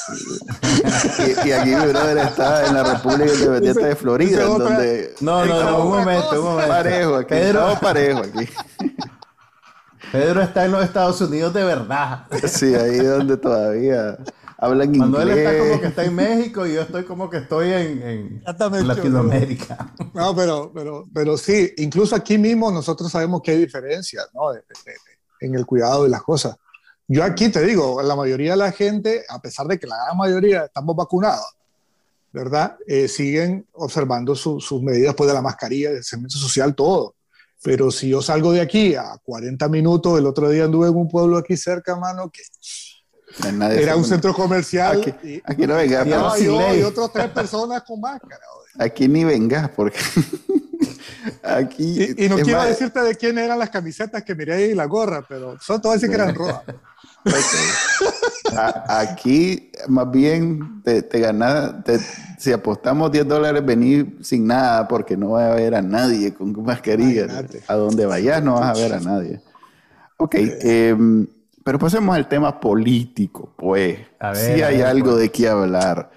y, y aquí mi brother está en la República Independiente de Florida. En donde no, no, no, un momento, un momento. Parejo aquí. Pedro, no, parejo aquí. Pedro está en los Estados Unidos de verdad. Sí, ahí es donde todavía... hablan inglés. Manuel está como que está en México y yo estoy como que estoy en, en, en Latinoamérica. No, pero, pero, pero sí, incluso aquí mismo nosotros sabemos que hay diferencias, ¿no? de, de, de, en el cuidado de las cosas. Yo aquí te digo, la mayoría de la gente, a pesar de que la gran mayoría estamos vacunados, ¿verdad? Eh, siguen observando su, sus medidas pues, de la mascarilla, del distanciamiento social, todo. Pero si yo salgo de aquí a cuarenta minutos, el otro día anduve en un pueblo aquí cerca, mano, que... Nadie era un centro comercial. Aquí, y, aquí no vengas. No, yo y otras tres personas con máscara. Aquí ni vengas porque aquí. Y, y no quiero más... decirte de quién eran las camisetas que miré ahí y la gorra, pero son todas así que eran rojas. Okay. A, aquí más bien te, te ganas, te, si apostamos diez dólares venir sin nada porque no vas a ver a nadie con mascarilla. Imagínate. A donde vayas no vas a ver a nadie. Ok. Eh, eh, Pero pasemos al tema político, pues. A ver, sí hay ver, algo pues. de qué hablar.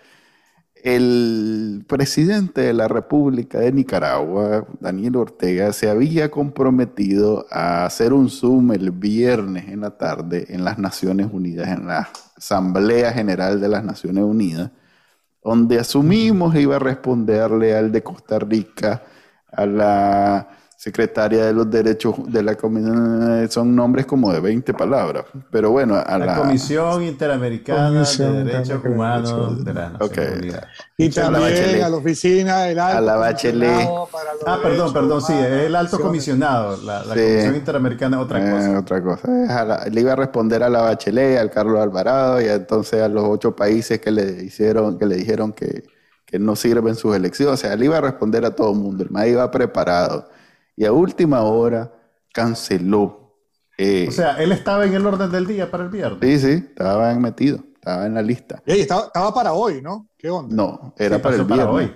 El presidente de la República de Nicaragua, Daniel Ortega, se había comprometido a hacer un Zoom el viernes en la tarde en las Naciones Unidas, en la Asamblea General de las Naciones Unidas, donde asumimos iba a responderle al de Costa Rica, a la... secretaria de los derechos de la comisión, son nombres como de veinte palabras, pero bueno, a la, la Comisión Interamericana Comisión de Derechos Humanos de la Nación okay. Unida. Y también a la oficina, el alto a la Bachelet. Ah, perdón, perdón, sí, es el alto comisionado, la, la sí. Comisión Interamericana es otra cosa. Eh, otra cosa, es a la, le iba a responder a la Bachelet, al Carlos Alvarado y entonces a los ocho países que le hicieron, que le dijeron que, que no sirven sus elecciones, o sea, le iba a responder a todo el mundo, el M A E iba preparado. Y a última hora canceló. Eh, o sea, él estaba en el orden del día para el viernes. Sí, sí, estaba metido, estaba en la lista. Ey, estaba, estaba para hoy, ¿no? ¿Qué onda? No, era sí, para el viernes. Para hoy.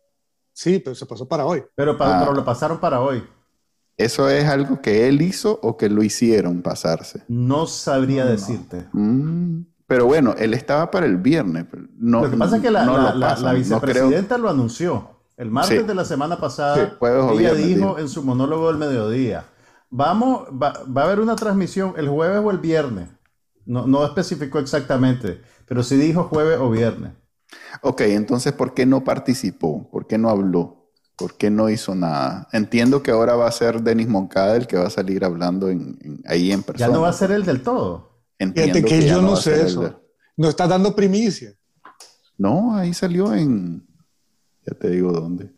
Sí, pero se pasó para hoy. Pero, para, ah, pero lo pasaron para hoy. ¿Eso es algo que él hizo o que lo hicieron pasarse? No sabría no, decirte. Mm, pero bueno, él estaba para el viernes. No, lo que pasa es que la, no la, la, la vicepresidenta no lo anunció. El martes sí. de la semana pasada, sí, ella dijo dijo en su monólogo del mediodía, vamos, va, va a haber una transmisión el jueves o el viernes. No, no especificó exactamente, pero sí dijo jueves o viernes. Ok, entonces, ¿por qué no participó? ¿Por qué no habló? ¿Por qué no hizo nada? Entiendo que ahora va a ser Denis Moncada el que va a salir hablando en, en, ahí en persona. Ya no va a ser él del todo. Entiendo Fíjate que, que yo no, no sé eso. De... No está dando primicia. No, ahí salió en... Ya te digo dónde.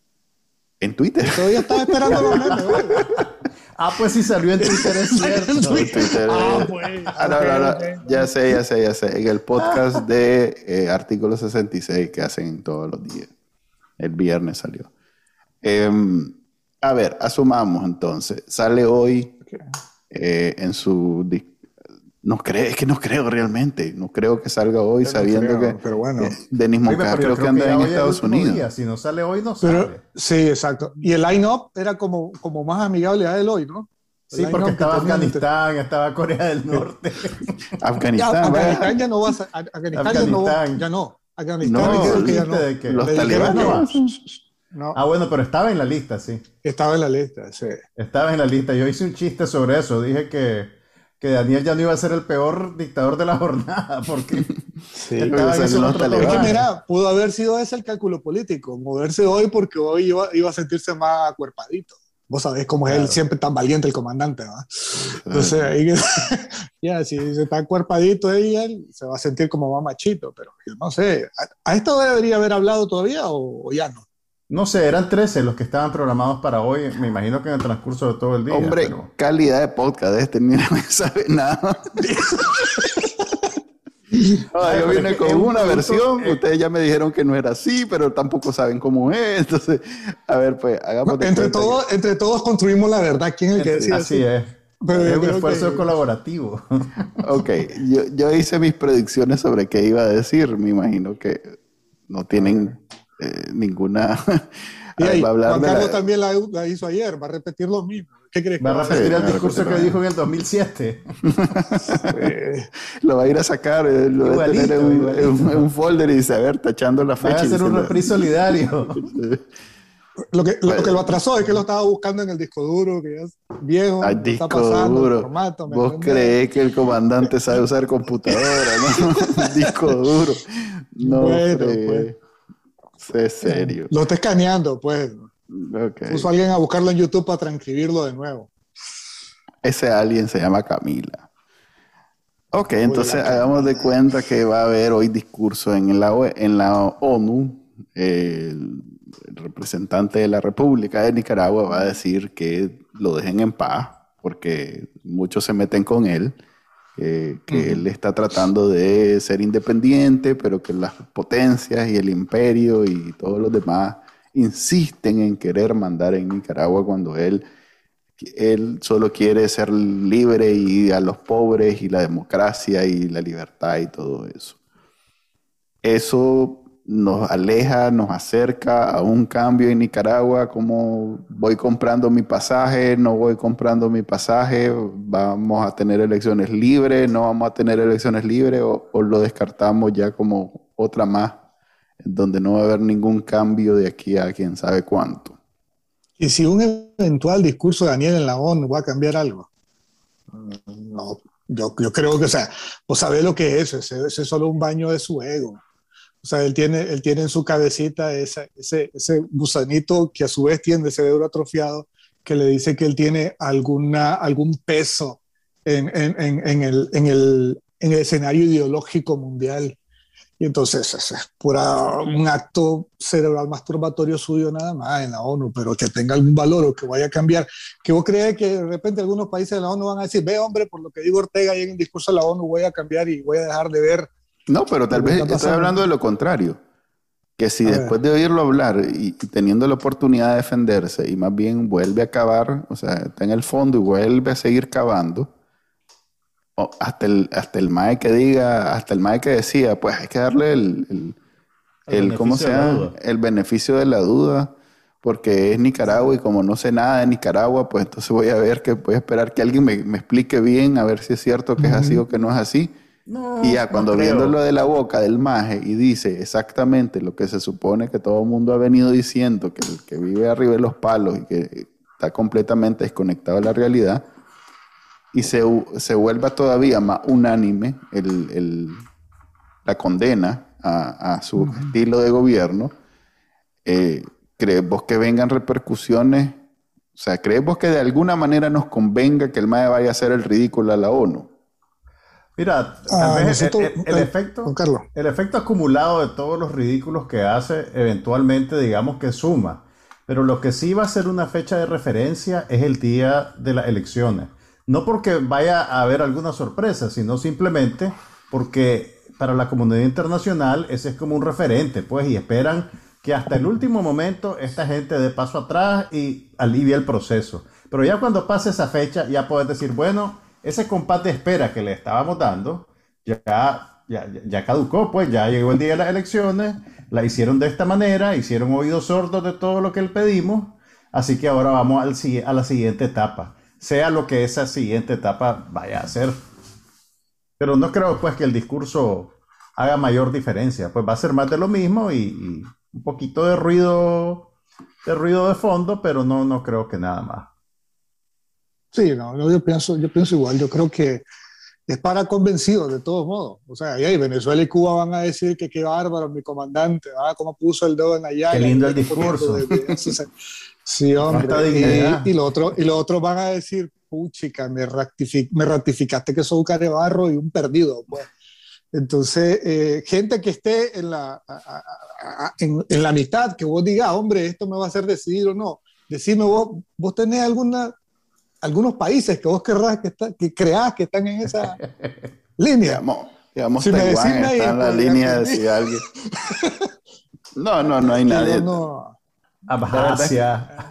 En Twitter. Yo todavía estaba esperando los memes, ¿vale? Ah, pues sí salió en Twitter, es cierto. En Twitter. Ah, pues. Ah, no, no, no. Ya sé, ya sé, ya sé. En el podcast de eh, Artículo sesenta y seis que hacen todos los días. El viernes salió. Eh, A ver, asumamos entonces, sale hoy Okay. eh, en su... No creo, es que no creo realmente, no creo que salga hoy Yo no sabiendo creo, que, pero bueno. que Denis Oye, Moncada pero yo creo que creo que anda ya en hoy es el Estados último Unidos. día. Si no sale hoy, no Pero sale. sí, exacto. Y el line-up era como, como más amigable a él hoy, ¿no? El Sí, porque line-up que estaba tenían entre- Afganistán, estaba Corea del Norte. Ya, Afganistán, Afganistán ¿verdad? ya no va a sa- Afganistán ya no, Afganistán. ya no. Afganistán No, dijeron que ya ¿Viste no. de que los Le dijeron talibanes. no que va? Hacen- no, Ah, bueno, pero estaba en la lista, sí. estaba en la lista, sí. Estaba en la lista. Yo hice un chiste sobre eso. Dije que, que Daniel ya no iba a ser el peor dictador de la jornada, porque Sí. estaba en Salen esos los otros talibanes. Es que lugares. mira, pudo haber sido ese el cálculo político, moverse hoy porque hoy iba, iba a sentirse más acuerpadito. Vos sabés cómo es él, Claro. siempre tan valiente el comandante, ¿va? Entonces, ahí, ya, si se está acuerpadito ahí, él se va a sentir como más machito, pero yo no sé, ¿a, a esto debería haber hablado todavía o, o ya no? No sé, eran trece los que estaban programados para hoy. Me imagino que en el transcurso de todo el día. Hombre, pero- calidad de podcast este, ni me sabe nada. No, Ay, yo pero vine es que con es un una producto, versión, eh, ustedes ya me dijeron que no era así, pero tampoco saben cómo es. Entonces, a ver, pues, hagamos de Entre, cuenta todo, entre todos construimos la verdad, ¿quién es el que decía Así es. Pero Es yo un creo esfuerzo que- colaborativo. que- Ok, yo, yo hice mis predicciones sobre qué iba a decir. Me imagino que no tienen eh, ninguna... A Y ver, ahí, va a hablar Juan de Carlos la- también la, la hizo ayer, va a repetir lo mismo. ¿Qué crees Va a que repetir Sí, el va a discurso repetir. que dijo en el dos mil siete. hacer? Lo va a ir a sacar, eh, lo va a tener en Igualito, un, igualito. en un- en un folder y dice, a ver, tachando la Va fecha. a y hacer un diciendo- reprise solidario. Lo que, lo Bueno. que lo atrasó es que lo estaba buscando en el disco duro, que ya es viejo, Ay, lo está disco pasando, duro. el formato. ¿me ¿Vos entendés? creés que el comandante sabe usar computadora, no? Disco duro. No, Bueno, fregué. Sé serio. Lo está escaneando, pues. Ok. Puso a alguien a buscarlo en YouTube para transcribirlo de nuevo. Ese alguien se llama Camila. Ok, entonces la hagamos de cuenta que va a haber hoy discurso en la, O- en la ONU. El, el representante de la República de Nicaragua va a decir que lo dejen en paz porque muchos se meten con él, que, que Ujú. él está tratando de ser independiente, pero que las potencias y el imperio y todos los demás insisten en querer mandar en Nicaragua cuando él él solo quiere ser libre y a los pobres y la democracia y la libertad y todo eso. Eso nos aleja, nos acerca a un cambio en Nicaragua, como voy comprando mi pasaje, no voy comprando mi pasaje, vamos a tener elecciones libres, no vamos a tener elecciones libres o, o lo descartamos ya como otra más, donde no va a haber ningún cambio de aquí a quién sabe cuánto. Y si un eventual discurso de Daniel en la ONU va a cambiar algo. No, yo, yo creo que, o sea, vos sabés lo que es eso, ese, ese es solo un baño de su ego. O sea, él tiene, él tiene en su cabecita ese, ese, ese gusanito que a su vez tiene ese dedo atrofiado que le dice que él tiene alguna, algún peso en, en, en, en, el, en, el, en el escenario ideológico mundial. Y entonces es, es pura, un acto cerebral masturbatorio suyo nada más en la ONU, pero que tenga algún valor o que vaya a cambiar. Que vos crees que de repente algunos países de la ONU van a decir, ve hombre, por lo que digo Ortega ahí en el discurso de la ONU voy a cambiar y voy a dejar de ver. No, pero tal Lo que vez está estoy pasando. hablando de lo contrario. Que si A después de oírlo hablar y, y teniendo la oportunidad de defenderse y más bien vuelve a cavar, o sea, está en el fondo y vuelve a seguir cavando, o hasta el, hasta el mae que diga, hasta el mae que decía, pues hay que darle el, el, El el ¿cómo beneficio se de la llama? duda. El beneficio de la duda, porque es Nicaragua y como no sé nada de Nicaragua, pues entonces voy a ver que voy a esperar que alguien me, me explique bien, a ver si es cierto que es así o que no es así. No, Y ya no cuando creo. viéndolo de la boca del maje y dice exactamente lo que se supone que todo el mundo ha venido diciendo, que el que vive arriba de los palos y que está completamente desconectado de la realidad, y se, se vuelva todavía más unánime el, el, la condena a, a su uh-huh. estilo de gobierno, eh, ¿crees vos que vengan repercusiones? O sea, ¿crees vos que de alguna manera nos convenga que el maje vaya a hacer el ridículo a la ONU? Mira, tal Ah, vez nosotros, el, el, el, eh, efecto, Juan Carlos. el efecto acumulado de todos los ridículos que hace, eventualmente digamos que suma. Pero lo que sí va a ser una fecha de referencia es el día de las elecciones. No porque vaya a haber alguna sorpresa, sino simplemente porque para la comunidad internacional ese es como un referente, pues, y esperan que hasta el último momento esta gente dé paso atrás y alivie el proceso. Pero ya cuando pase esa fecha, ya puedes decir, bueno, ese compás de espera que le estábamos dando, ya, ya, ya caducó, pues ya llegó el día de las elecciones, la hicieron de esta manera, hicieron oídos sordos de todo lo que le pedimos, así que ahora vamos al, a la siguiente etapa, sea lo que esa siguiente etapa vaya a ser. Pero no creo pues que el discurso haga mayor diferencia, pues va a ser más de lo mismo y, y un poquito de ruido, de ruido de fondo, pero no, no creo que nada más. Sí, no, yo pienso, yo pienso igual, yo creo que es para convencidos de todos modos. O sea, y ahí Venezuela y Cuba van a decir que qué bárbaro mi comandante, ah, cómo puso el dedo en la llaga. Qué lindo el discurso. De, de, de, sí, hombre. Y, y, lo otro, y los otros van a decir, puchica, me, ratific, me ratificaste que soy un carebarro y un perdido, pues. Entonces, eh, gente que esté en la, a, a, a, en, en la mitad, que vos digas, hombre, esto me va a hacer decidir o no. Decime vos, vos tenés alguna, algunos países que vos querrás que, está, que creás que están en esa línea. Digamos, digamos si Taiwán está ahí, en la línea de si alguien... No, no, no hay nadie. No, Abjasia.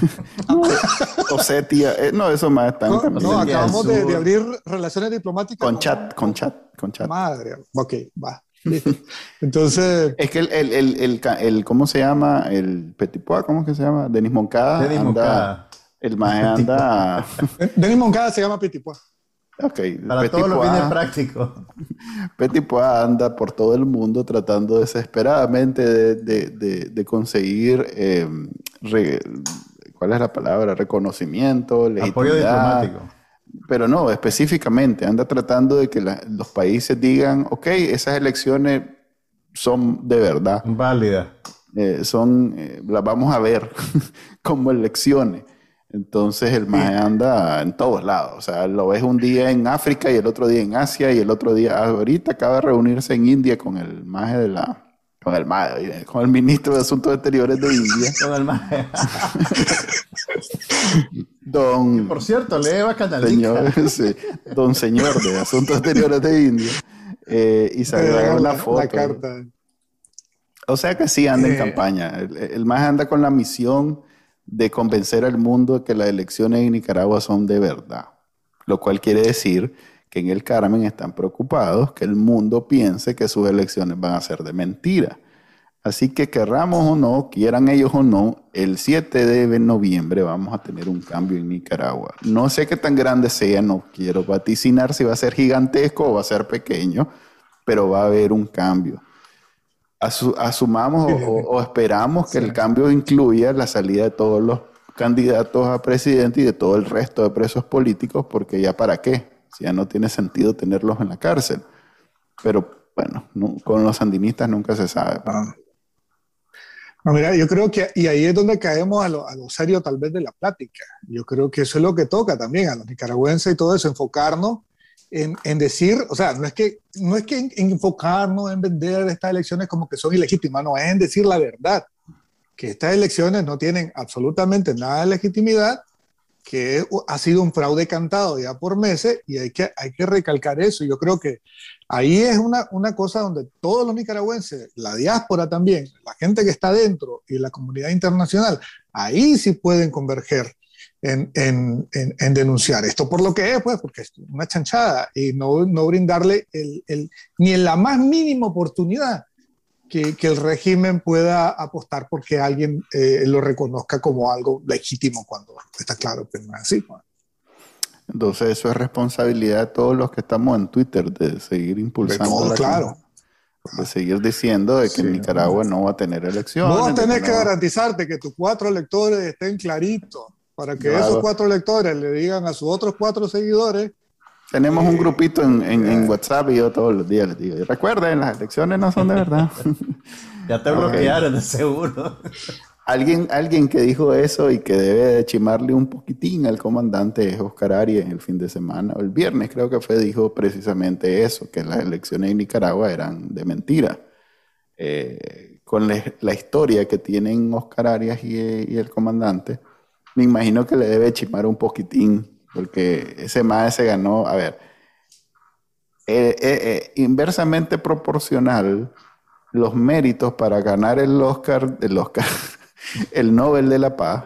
Osetia. Eh, no, eso más están no, no, acabamos de, de abrir relaciones diplomáticas. Con chat, con chat, con chat. Madre, ok, va. Entonces... Es que el, el, el, el, el ¿cómo se llama? El Petit Pois, ¿cómo es que se llama? Denis Moncada. Denis Moncada. El maje anda... Denis Moncada se llama Petit Pois. Ok. Para Petit todos los Pois, fines prácticos. Petit Pois anda por todo el mundo tratando desesperadamente de, de, de, de conseguir, eh, re, ¿cuál es la palabra? Reconocimiento, legitimidad. Apoyo diplomático. Pero no, específicamente anda tratando de que la, los países digan, ok, esas elecciones son de verdad. Válidas. Eh, son, eh, las vamos a ver como elecciones. Entonces el maje anda en todos lados. O sea, lo ves un día en África y el otro día en Asia y el otro día... Ahorita acaba de reunirse en India con el maje de la... Con el maje, con el ministro de Asuntos Exteriores de India. Con el maje. Don... Que por cierto, lee Bacanalica. Señor, sí, don señor de Asuntos Exteriores de India. Eh, y salió una foto. La carta. O sea que sí anda eh. en campaña. El, el maje anda con la misión de convencer al mundo de que las elecciones en Nicaragua son de verdad. Lo cual quiere decir que en el Carmen están preocupados que el mundo piense que sus elecciones van a ser de mentira. Así que querramos o no, quieran ellos o no, el siete de noviembre vamos a tener un cambio en Nicaragua. No sé qué tan grande sea, no quiero vaticinar si va a ser gigantesco o va a ser pequeño, pero va a haber un cambio. Asumamos o, o esperamos que sí. El cambio incluya la salida de todos los candidatos a presidente y de todo el resto de presos políticos, porque ya para qué, si ya no tiene sentido tenerlos en la cárcel. Pero bueno, no, con los sandinistas nunca se sabe. No. No, mira, yo creo que, y ahí es donde caemos a lo, a lo serio tal vez de la plática. Yo creo que eso es lo que toca también a los nicaragüenses y todo eso, enfocarnos En, en decir, o sea, no es que, no es que en, en enfocarnos en vender estas elecciones como que son ilegítimas, no, es en decir la verdad, que estas elecciones no tienen absolutamente nada de legitimidad, que ha sido un fraude cantado ya por meses y hay que, hay que recalcar eso. Yo creo que ahí es una, una cosa donde todos los nicaragüenses, la diáspora también, la gente que está dentro y la comunidad internacional, ahí sí pueden converger. En, en, en, en denunciar esto por lo que es, pues, porque es una chanchada y no, no brindarle el, el, ni en la más mínima oportunidad que, que el régimen pueda apostar porque alguien eh, lo reconozca como algo legítimo cuando está claro que no es así. Pues. Entonces eso es responsabilidad de todos los que estamos en Twitter de seguir impulsando. De todo, la claro. De seguir diciendo de que sí, Nicaragua no va a tener elecciones. Vos tenés que, que no... garantizarte que tus cuatro electores estén claritos. Para que claro. Esos cuatro lectores le digan a sus otros cuatro seguidores. Tenemos eh, un grupito en, en, en WhatsApp y yo todos los días les digo, recuerden, las elecciones no son de verdad. Ya te bloquearon, de seguro. Alguien, alguien que dijo eso y que debe de chimarle un poquitín al comandante es Oscar Arias el fin de semana, o el viernes creo que fue, dijo precisamente eso, que las elecciones en Nicaragua eran de mentira. Eh, con la, la historia que tienen Oscar Arias y, y el comandante, me imagino que le debe chimar un poquitín, porque ese mae se ganó, a ver, eh, eh, eh, inversamente proporcional los méritos para ganar el Oscar, el Oscar, el Nobel de la Paz,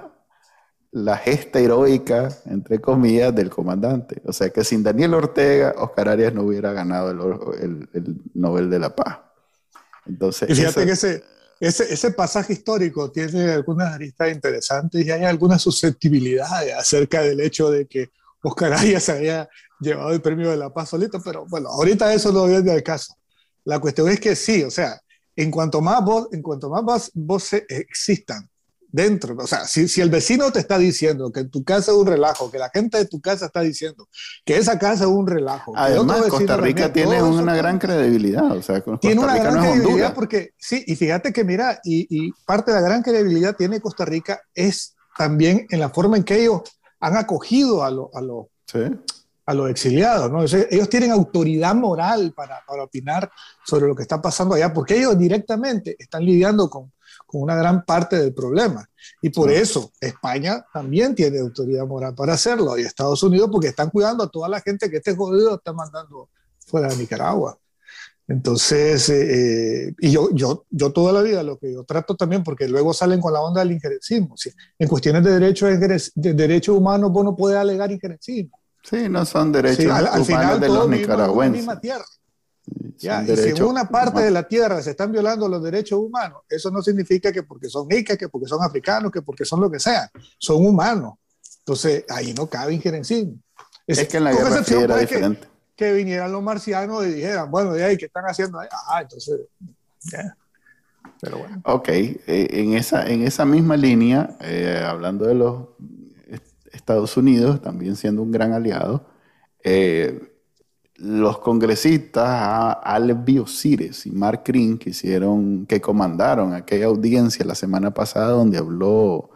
la gesta heroica, entre comillas, del comandante. O sea que sin Daniel Ortega, Oscar Arias no hubiera ganado el, el, el Nobel de la Paz. Entonces, y fíjate eso, que ese, ese, ese pasaje histórico tiene algunas aristas interesantes y hay algunas susceptibilidades acerca del hecho de que Oscar Arias había llevado el premio de la paz solito, pero bueno, ahorita eso no viene al caso. La cuestión es que sí, o sea, en cuanto más vos, en cuanto más voces existan dentro, o sea, si, si el vecino te está diciendo que tu casa es un relajo, que la gente de tu casa está diciendo que esa casa es un relajo. Además, Costa Rica también, tiene una eso, gran credibilidad. O sea, Costa tiene una Rica gran no es credibilidad Honduras. Porque, sí, y fíjate que mira, y, y parte de la gran credibilidad tiene Costa Rica es también en la forma en que ellos han acogido a los a lo, sí. a los exiliados, ¿no? O sea, ellos tienen autoridad moral para, para opinar sobre lo que está pasando allá, porque ellos directamente están lidiando con con una gran parte del problema. Y por sí. eso España también tiene autoridad moral para hacerlo, y Estados Unidos porque están cuidando a toda la gente que este jodido está mandando fuera de Nicaragua. Entonces, eh, y yo, yo, yo toda la vida lo que yo trato también, porque luego salen con la onda del injerencismo. ¿Sí? En cuestiones de derechos, de derechos humanos vos no podés alegar injerencismo. Sí, no son derechos sí, al, al humanos final, de los nicaragüenses. En la misma tierra. Ya, y si en una parte humanos. de la tierra se están violando los derechos humanos, eso no significa que porque son nicas, que porque son africanos, que porque son lo que sea, son humanos. Entonces, ahí no cabe injerencismo. Es, es que en la Guerra Fría era diferente. Que, que vinieran los marcianos y dijeran, bueno, ¿y qué están haciendo ahí? Ah, entonces, ya. Pero bueno. Ok, eh, en, esa, en esa misma línea, eh, hablando de los Estados Unidos, también siendo un gran aliado, eh, los congresistas Alex Biosires y Mark Green que hicieron, que comandaron aquella audiencia la semana pasada donde habló,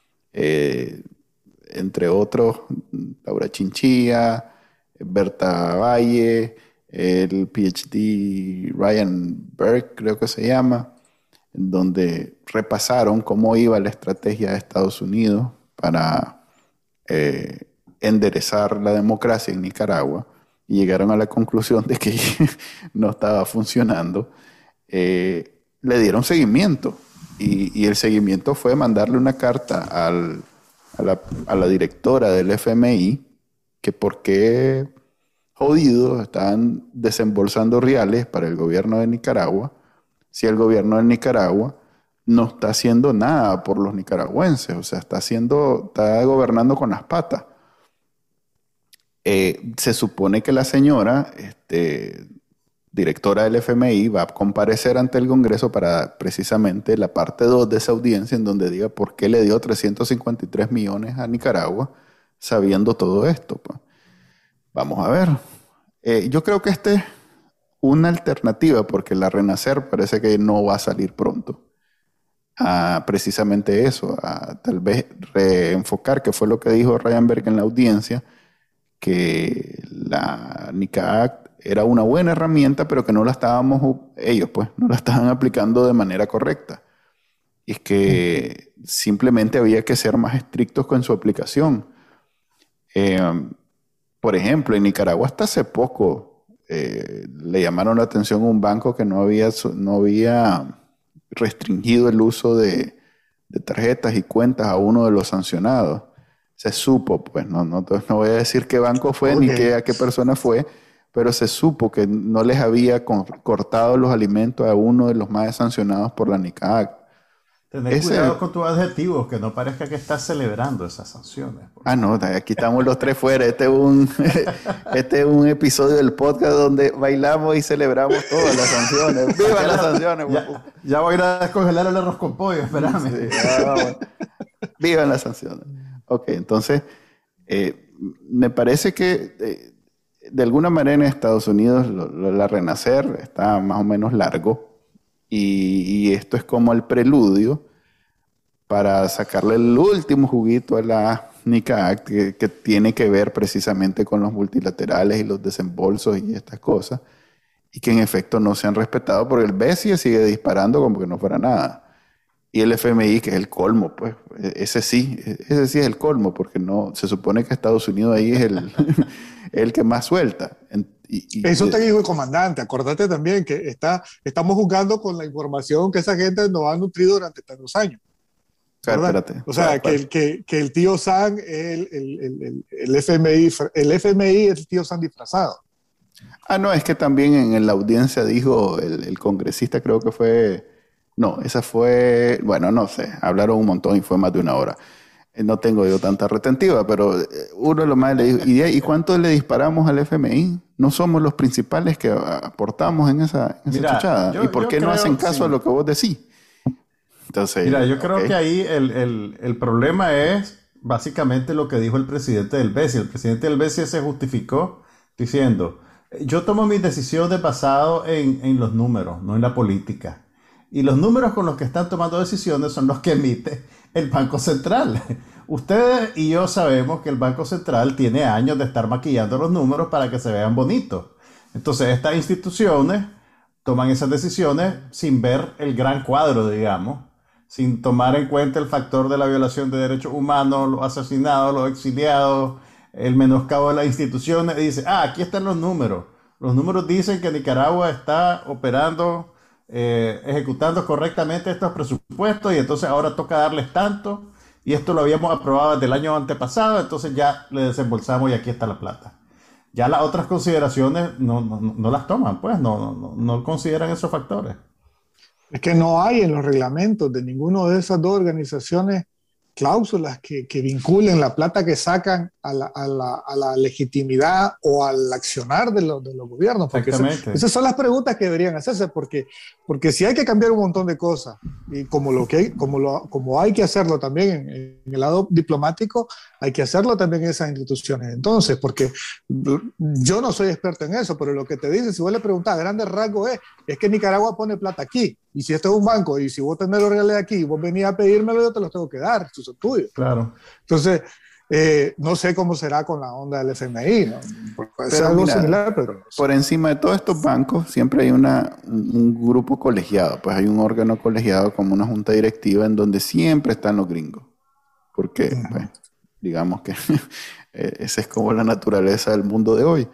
eh, entre otros, Laura Chinchilla, Berta Valle, el P H D Ryan Burke, creo que se llama, en donde repasaron cómo iba la estrategia de Estados Unidos para eh, enderezar la democracia en Nicaragua. Y llegaron a la conclusión de que no estaba funcionando, eh, le dieron seguimiento. Y, y el seguimiento fue mandarle una carta al, a, la, a la directora del F M I, que por qué jodidos estaban desembolsando reales para el gobierno de Nicaragua, si el gobierno de Nicaragua no está haciendo nada por los nicaragüenses, o sea, está, haciendo, está gobernando con las patas. Eh, se supone que la señora, este, directora del F M I, va a comparecer ante el Congreso para precisamente la parte dos de esa audiencia en donde diga por qué le dio trescientos cincuenta y tres millones a Nicaragua sabiendo todo esto. Pues. Vamos a ver. Eh, yo creo que esta es una alternativa porque la Renacer parece que no va a salir pronto. A precisamente eso, a tal vez reenfocar, que fue lo que dijo Ryan Berg en la audiencia, que la NICA Act era una buena herramienta, pero que no la estábamos, ellos pues, no la estaban aplicando de manera correcta. Y es que simplemente había que ser más estrictos con su aplicación. Eh, por ejemplo, en Nicaragua hasta hace poco eh, le llamaron la atención a un banco que no había, no había restringido el uso de, de tarjetas y cuentas a uno de los sancionados. Se supo, pues, no, no, no voy a decir qué banco fue okay. ni qué, a qué persona fue, pero se supo que no les había cortado los alimentos a uno de los más sancionados por la NICA Act. Tener Ese, cuidado con tus adjetivos, que no parezca que estás celebrando esas sanciones. Ah, no, aquí estamos los tres fuera. Este es un, este es un episodio del podcast donde bailamos y celebramos todas las sanciones. ¡Viva las sanciones! Ya, ya voy a ir a descongelar el arroz con pollo, espérame. Sí, ah, bueno. ¡Viva las sanciones! Ok, entonces, eh, me parece que eh, de alguna manera en Estados Unidos lo, lo, la Renacer está más o menos largo y, y esto es como el preludio para sacarle el último juguito a la NICA Act que, que tiene que ver precisamente con los multilaterales y los desembolsos y estas cosas y que en efecto no se han respetado porque el B C E sigue disparando como que no fuera nada. Y el F M I, que es el colmo, pues, ese sí, ese sí es el colmo, porque no, se supone que Estados Unidos ahí es el, el que más suelta. Y, y, Eso te dijo el comandante. Acordate también que está, estamos jugando con la información que esa gente nos ha nutrido durante tantos años. ¿Verdad? Espérate, o sea, que el, que, que el tío Sam es el, el, el, el, F M I, el F M I es el tío Sam disfrazado. Ah, no, es que también en la audiencia dijo el, el congresista, creo que fue, no, esa fue, bueno, no sé, hablaron un montón y fue más de una hora. No tengo yo tanta retentiva, pero uno de los más le dijo, ¿y, ¿y cuánto le disparamos al F M I? ¿No somos los principales que aportamos en esa, en esa Mira, chuchada? Yo, ¿Y por qué no creo, hacen caso sí. a lo que vos decís? Entonces, Mira, yo creo okay. que ahí el, el, el problema es básicamente lo que dijo el presidente del B E S I. El presidente del B E S I se justificó diciendo, yo tomo mis decisiones basadas en, en los números, no en la política. Y los números con los que están tomando decisiones son los que emite el Banco Central. Ustedes y yo sabemos que el Banco Central tiene años de estar maquillando los números para que se vean bonitos. Entonces estas instituciones toman esas decisiones sin ver el gran cuadro, digamos, sin tomar en cuenta el factor de la violación de derechos humanos, los asesinados, los exiliados, el menoscabo de las instituciones. Y dice, ah, aquí están los números. Los números dicen que Nicaragua está operando... Eh, ejecutando correctamente estos presupuestos y entonces ahora toca darles tanto y esto lo habíamos aprobado desde el año antepasado, entonces ya le desembolsamos y aquí está la plata. Ya las otras consideraciones no, no, no las toman, pues no, no, no consideran esos factores. Es que no hay en los reglamentos de ninguna de esas dos organizaciones cláusulas que, que vinculen la plata que sacan a la, a la, a la legitimidad o al accionar de, lo, de los gobiernos. Porque esas, esas son las preguntas que deberían hacerse, porque, porque si hay que cambiar un montón de cosas, y como, lo que, como, lo, como hay que hacerlo también en, en el lado diplomático, hay que hacerlo también en esas instituciones. Entonces, porque yo no soy experto en eso, pero lo que te dicen, si vos le preguntás a grandes rasgos es, es que Nicaragua pone plata aquí, y si esto es un banco, y si vos tenés los reales aquí, y vos venís a pedírmelo, yo te los tengo que dar, estos son tuyos. Claro. Entonces, eh, no sé cómo será con la onda del F M I, ¿no? Puede ser algo mira, similar, pero... No sé. Por encima de todos estos bancos siempre hay una, un grupo colegiado, pues hay un órgano colegiado como una junta directiva en donde siempre están los gringos. Porque, uh-huh. pues, digamos que esa es como la naturaleza del mundo de hoy.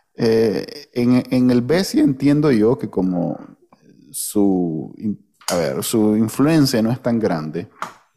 Eh, en, en el B E S I entiendo yo que como su, a ver, su influencia no es tan grande,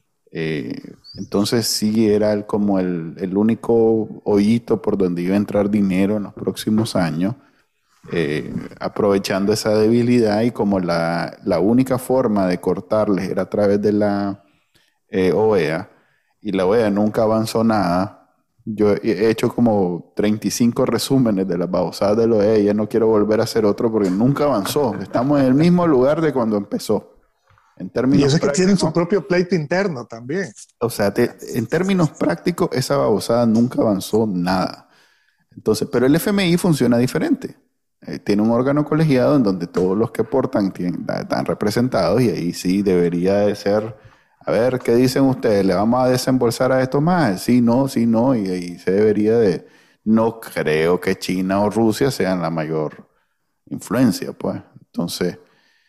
eh, entonces sí era el, como el, el único hoyito por donde iba a entrar dinero en los próximos años, eh, aprovechando esa debilidad, y como la, la única forma de cortarles era a través de la eh, O E A, y la O E A nunca avanzó nada. Yo he hecho como treinta y cinco resúmenes de las babosadas de la O E A y ya no quiero volver a hacer otro porque nunca avanzó. Estamos en el mismo lugar de cuando empezó. En términos y eso es que tienen su propio pleito interno también. O sea, te, en términos prácticos, esa babosada nunca avanzó nada. Entonces, pero el F M I funciona diferente. Eh, tiene un órgano colegiado en donde todos los que aportan tienen, están representados, y ahí sí debería de ser, a ver, ¿qué dicen ustedes? ¿Le vamos a desembolsar a esto más? Sí, no, sí, no, y ahí se debería de... No creo que China o Rusia sean la mayor influencia, pues. Entonces...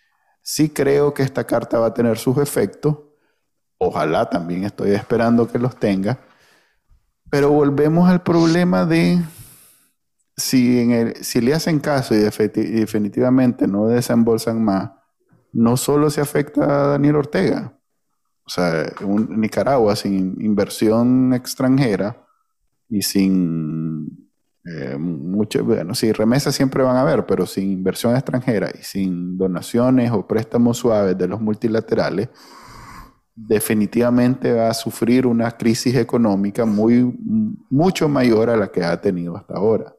sí creo que esta carta va a tener sus efectos. Ojalá, también estoy esperando que los tenga. Pero volvemos al problema de si, en el, si le hacen caso y definitivamente no desembolsan más, no solo se afecta a Daniel Ortega. O sea, un, Nicaragua sin inversión extranjera y sin... Eh, mucho, bueno, sí, remesas siempre van a haber, pero sin inversión extranjera y sin donaciones o préstamos suaves de los multilaterales, definitivamente va a sufrir una crisis económica muy, mucho mayor a la que ha tenido hasta ahora.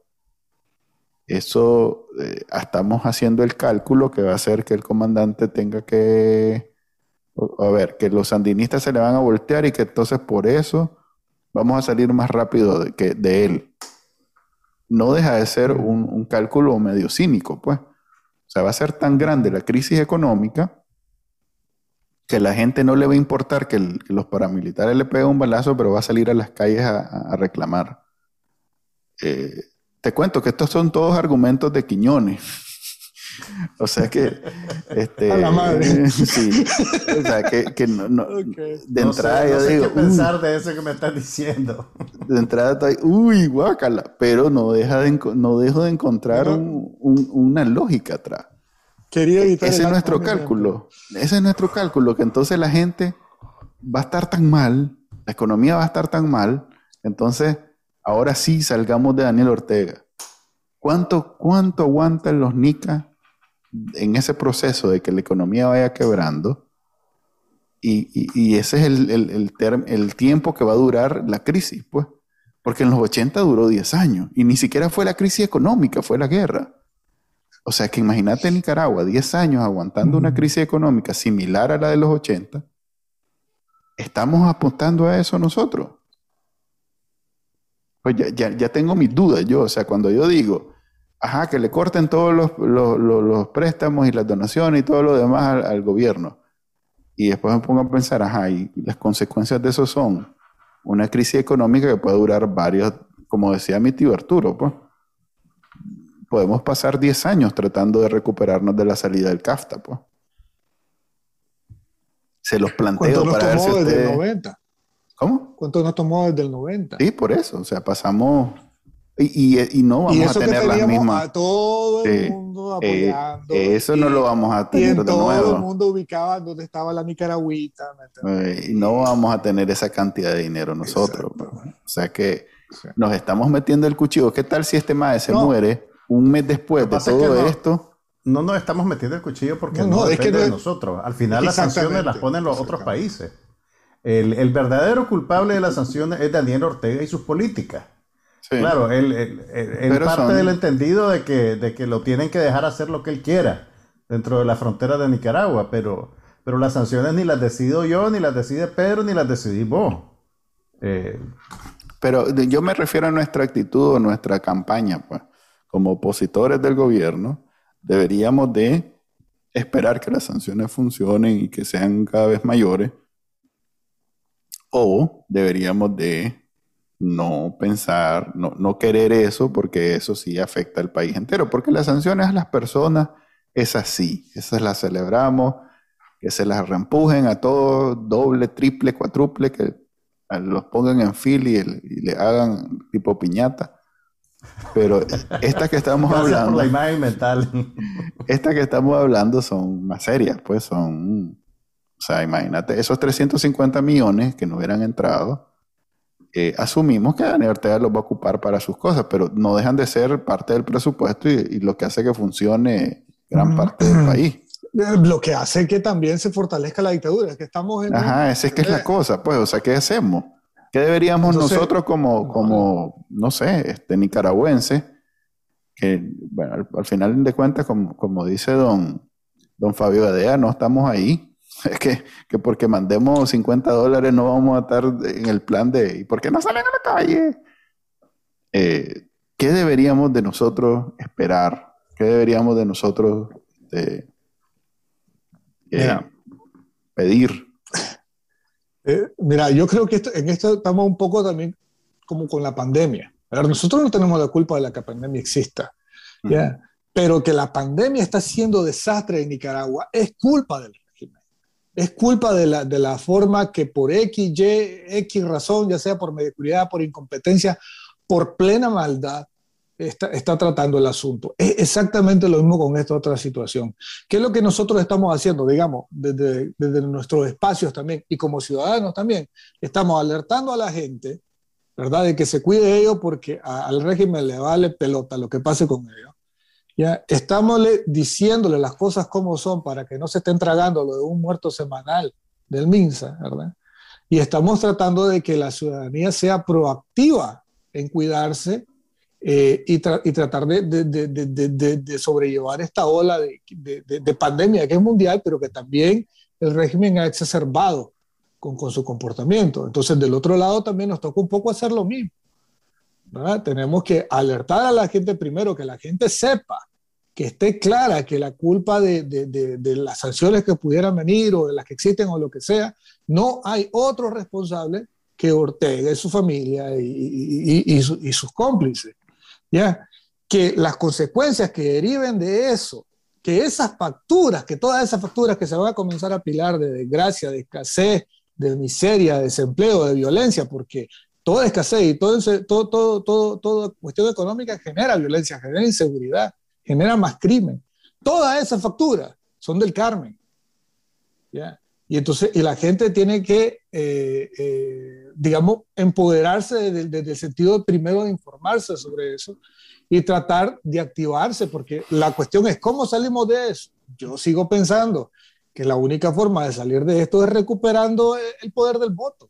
Eso, eh, estamos haciendo el cálculo que va a hacer que el comandante tenga que, a ver, que los sandinistas se le van a voltear y que entonces por eso vamos a salir más rápido de, que, de él. No deja de ser un, un cálculo medio cínico, pues. O sea, va a ser tan grande la crisis económica que a la gente no le va a importar que, el, que los paramilitares le peguen un balazo, pero va a salir a las calles a, a reclamar. Eh, te cuento que estos son todos argumentos de Quiñones. O sea que, este, a la madre. Sí, o sea que, que no, no Okay. de No entrada sé, yo no sé digo, qué pensar de eso que me estás diciendo. de entrada estoy, uy, guácala, pero no deja de, enco- no dejo de encontrar No, no, un- un- una lógica atrás. quería E- evitar Ese el es nuestro acrónimo ejemplo. cálculo, ese es nuestro cálculo, que entonces la gente va a estar tan mal, la economía va a estar tan mal, entonces ahora sí salgamos de Daniel Ortega. ¿Cuánto, cuánto aguantan los nicas en ese proceso de que la economía vaya quebrando? Y, y- y ese es el, el- el term- el tiempo que va a durar la crisis, pues. Porque en los ochenta duró diez años y ni siquiera fue la crisis económica, fue la guerra. O sea que imagínate Nicaragua, diez años aguantando una crisis económica similar a la de los ochenta. ¿Estamos apuntando a eso nosotros? Pues ya, ya, ya tengo mis dudas yo. O sea, cuando yo digo, ajá, que le corten todos los, los, los- los préstamos y las donaciones y todo lo demás al, al gobierno. Y después me pongo a pensar, ajá, y las consecuencias de eso son una crisis económica que puede durar varios, como decía mi tío Arturo, pues. Podemos pasar diez años tratando de recuperarnos de la salida del CAFTA, pues. Se los ¿Cuánto planteo nos para ver si tomó desde el ustedes... noventa? ¿Cómo? ¿Cuánto nos tomó desde el noventa? Sí, por eso. O sea, pasamos... Y, y, y no Y vamos a eso que tener las teníamos mismas... a todo el Sí. mundo Eh, apoyando. eso no y, lo vamos a y tener en de todo nuevo. el mundo ubicaba donde estaba la Nicaragüita. ¿me entiendes? Eh, y no vamos a tener esa cantidad de dinero nosotros. Exacto. Pues. O sea que Sí. nos estamos metiendo el cuchillo. ¿Qué tal si este mae se No. muere un mes Lo después que de pasa es todo que no- esto? No nos estamos metiendo el cuchillo porque No, no, no, es depende que no- de nosotros. Al final las Exactamente, sanciones las ponen los otros exactamente. países. El, el verdadero culpable de las sanciones es Daniel Ortega y sus políticas. Sí. Claro, él, él- él- él Pero parte son- del entendido de que, de que lo tienen que dejar hacer lo que él quiera dentro de la frontera de Nicaragua, pero, pero las sanciones ni las decido yo, ni las decide Pedro, ni las decidís vos. Eh, Pero de- yo me refiero a nuestra actitud o nuestra campaña, pues. Como opositores del gobierno, deberíamos de esperar que las sanciones funcionen y que sean cada vez mayores, o deberíamos de no pensar, no, no querer eso, porque eso sí afecta al país entero, porque las sanciones a las personas es así, esas las celebramos, que se las reempujen a todos, doble, triple, cuádruple, que a- los pongan en fila y, el- y le hagan tipo piñata. Pero estas que estamos gracias por hablando, la imagen mental. estas que estamos hablando son más serias, pues son, o sea, imagínate, esos trescientos cincuenta millones que no hubieran entrado, eh, asumimos que Daniel Ortega los va a ocupar para sus cosas, pero no dejan de ser parte del presupuesto y, y lo que hace que funcione gran parte del país. Eh, Lo que hace que también se fortalezca la dictadura, es que estamos en... un- Ajá, esa es que es la eh, cosa, pues, o sea, ¿qué hacemos? ¿Qué deberíamos Entonces, nosotros como, no, como, no sé, este, nicaragüenses, que, bueno, al, al final de cuentas, como, como dice don, don Fabio Gadea, no estamos ahí. Es que, que porque mandemos cincuenta dólares no vamos a estar en el plan de, ¿y por qué no salen a la calle? Eh, ¿qué deberíamos de nosotros esperar? ¿Qué deberíamos de nosotros eh, eh, Mira. pedir? Eh, mira, yo creo que esto- en esto estamos un poco también como con la pandemia. A ver, nosotros no tenemos la culpa de la que la pandemia exista, ¿ya? Pero que la pandemia está haciendo desastre en Nicaragua es culpa del régimen. Es culpa de la, de la forma que por X, Y, X razón, ya sea por mediocridad, por incompetencia, por plena maldad, está, está tratando el asunto. Es exactamente lo mismo con esta otra situación. ¿Qué es lo que nosotros estamos haciendo, digamos, desde, desde nuestros espacios también y como ciudadanos también? Estamos alertando a la gente, ¿verdad?, de que se cuide de ellos porque a, al régimen le vale pelota lo que pase con ellos. ¿Ya? Estamos diciéndole las cosas como son para que no se estén tragando lo de un muerto semanal del MINSA, ¿verdad? Y estamos tratando de que la ciudadanía sea proactiva en cuidarse eh, y, tra y tratar de, de, de, de, de, de sobrellevar esta ola de, de, de, de pandemia que es mundial, pero que también el régimen ha exacerbado con, con su comportamiento. Entonces, del otro lado también nos toca un poco hacer lo mismo, ¿verdad? Tenemos que alertar a la gente primero, que la gente sepa, que esté clara que la culpa de, de, de, de las sanciones que pudieran venir o de las que existen o lo que sea, no hay otro responsable que Ortega y su familia y, y, y, y, su, y sus cómplices. ¿Ya? Que las consecuencias que deriven de eso que esas facturas, que todas esas facturas que se van a comenzar a apilar de desgracia, de escasez, de miseria, de desempleo, de violencia, porque toda escasez y todo, todo, todo, todo, toda cuestión económica genera violencia, genera inseguridad, genera más crimen. Todas esas facturas son del Carmen. ¿Ya? Y entonces y la gente tiene que, eh, eh, digamos, empoderarse desde de, de el sentido primero de informarse sobre eso y tratar de activarse, porque la cuestión es cómo salimos de eso. Yo sigo pensando que la única forma de salir de esto es recuperando el poder del voto.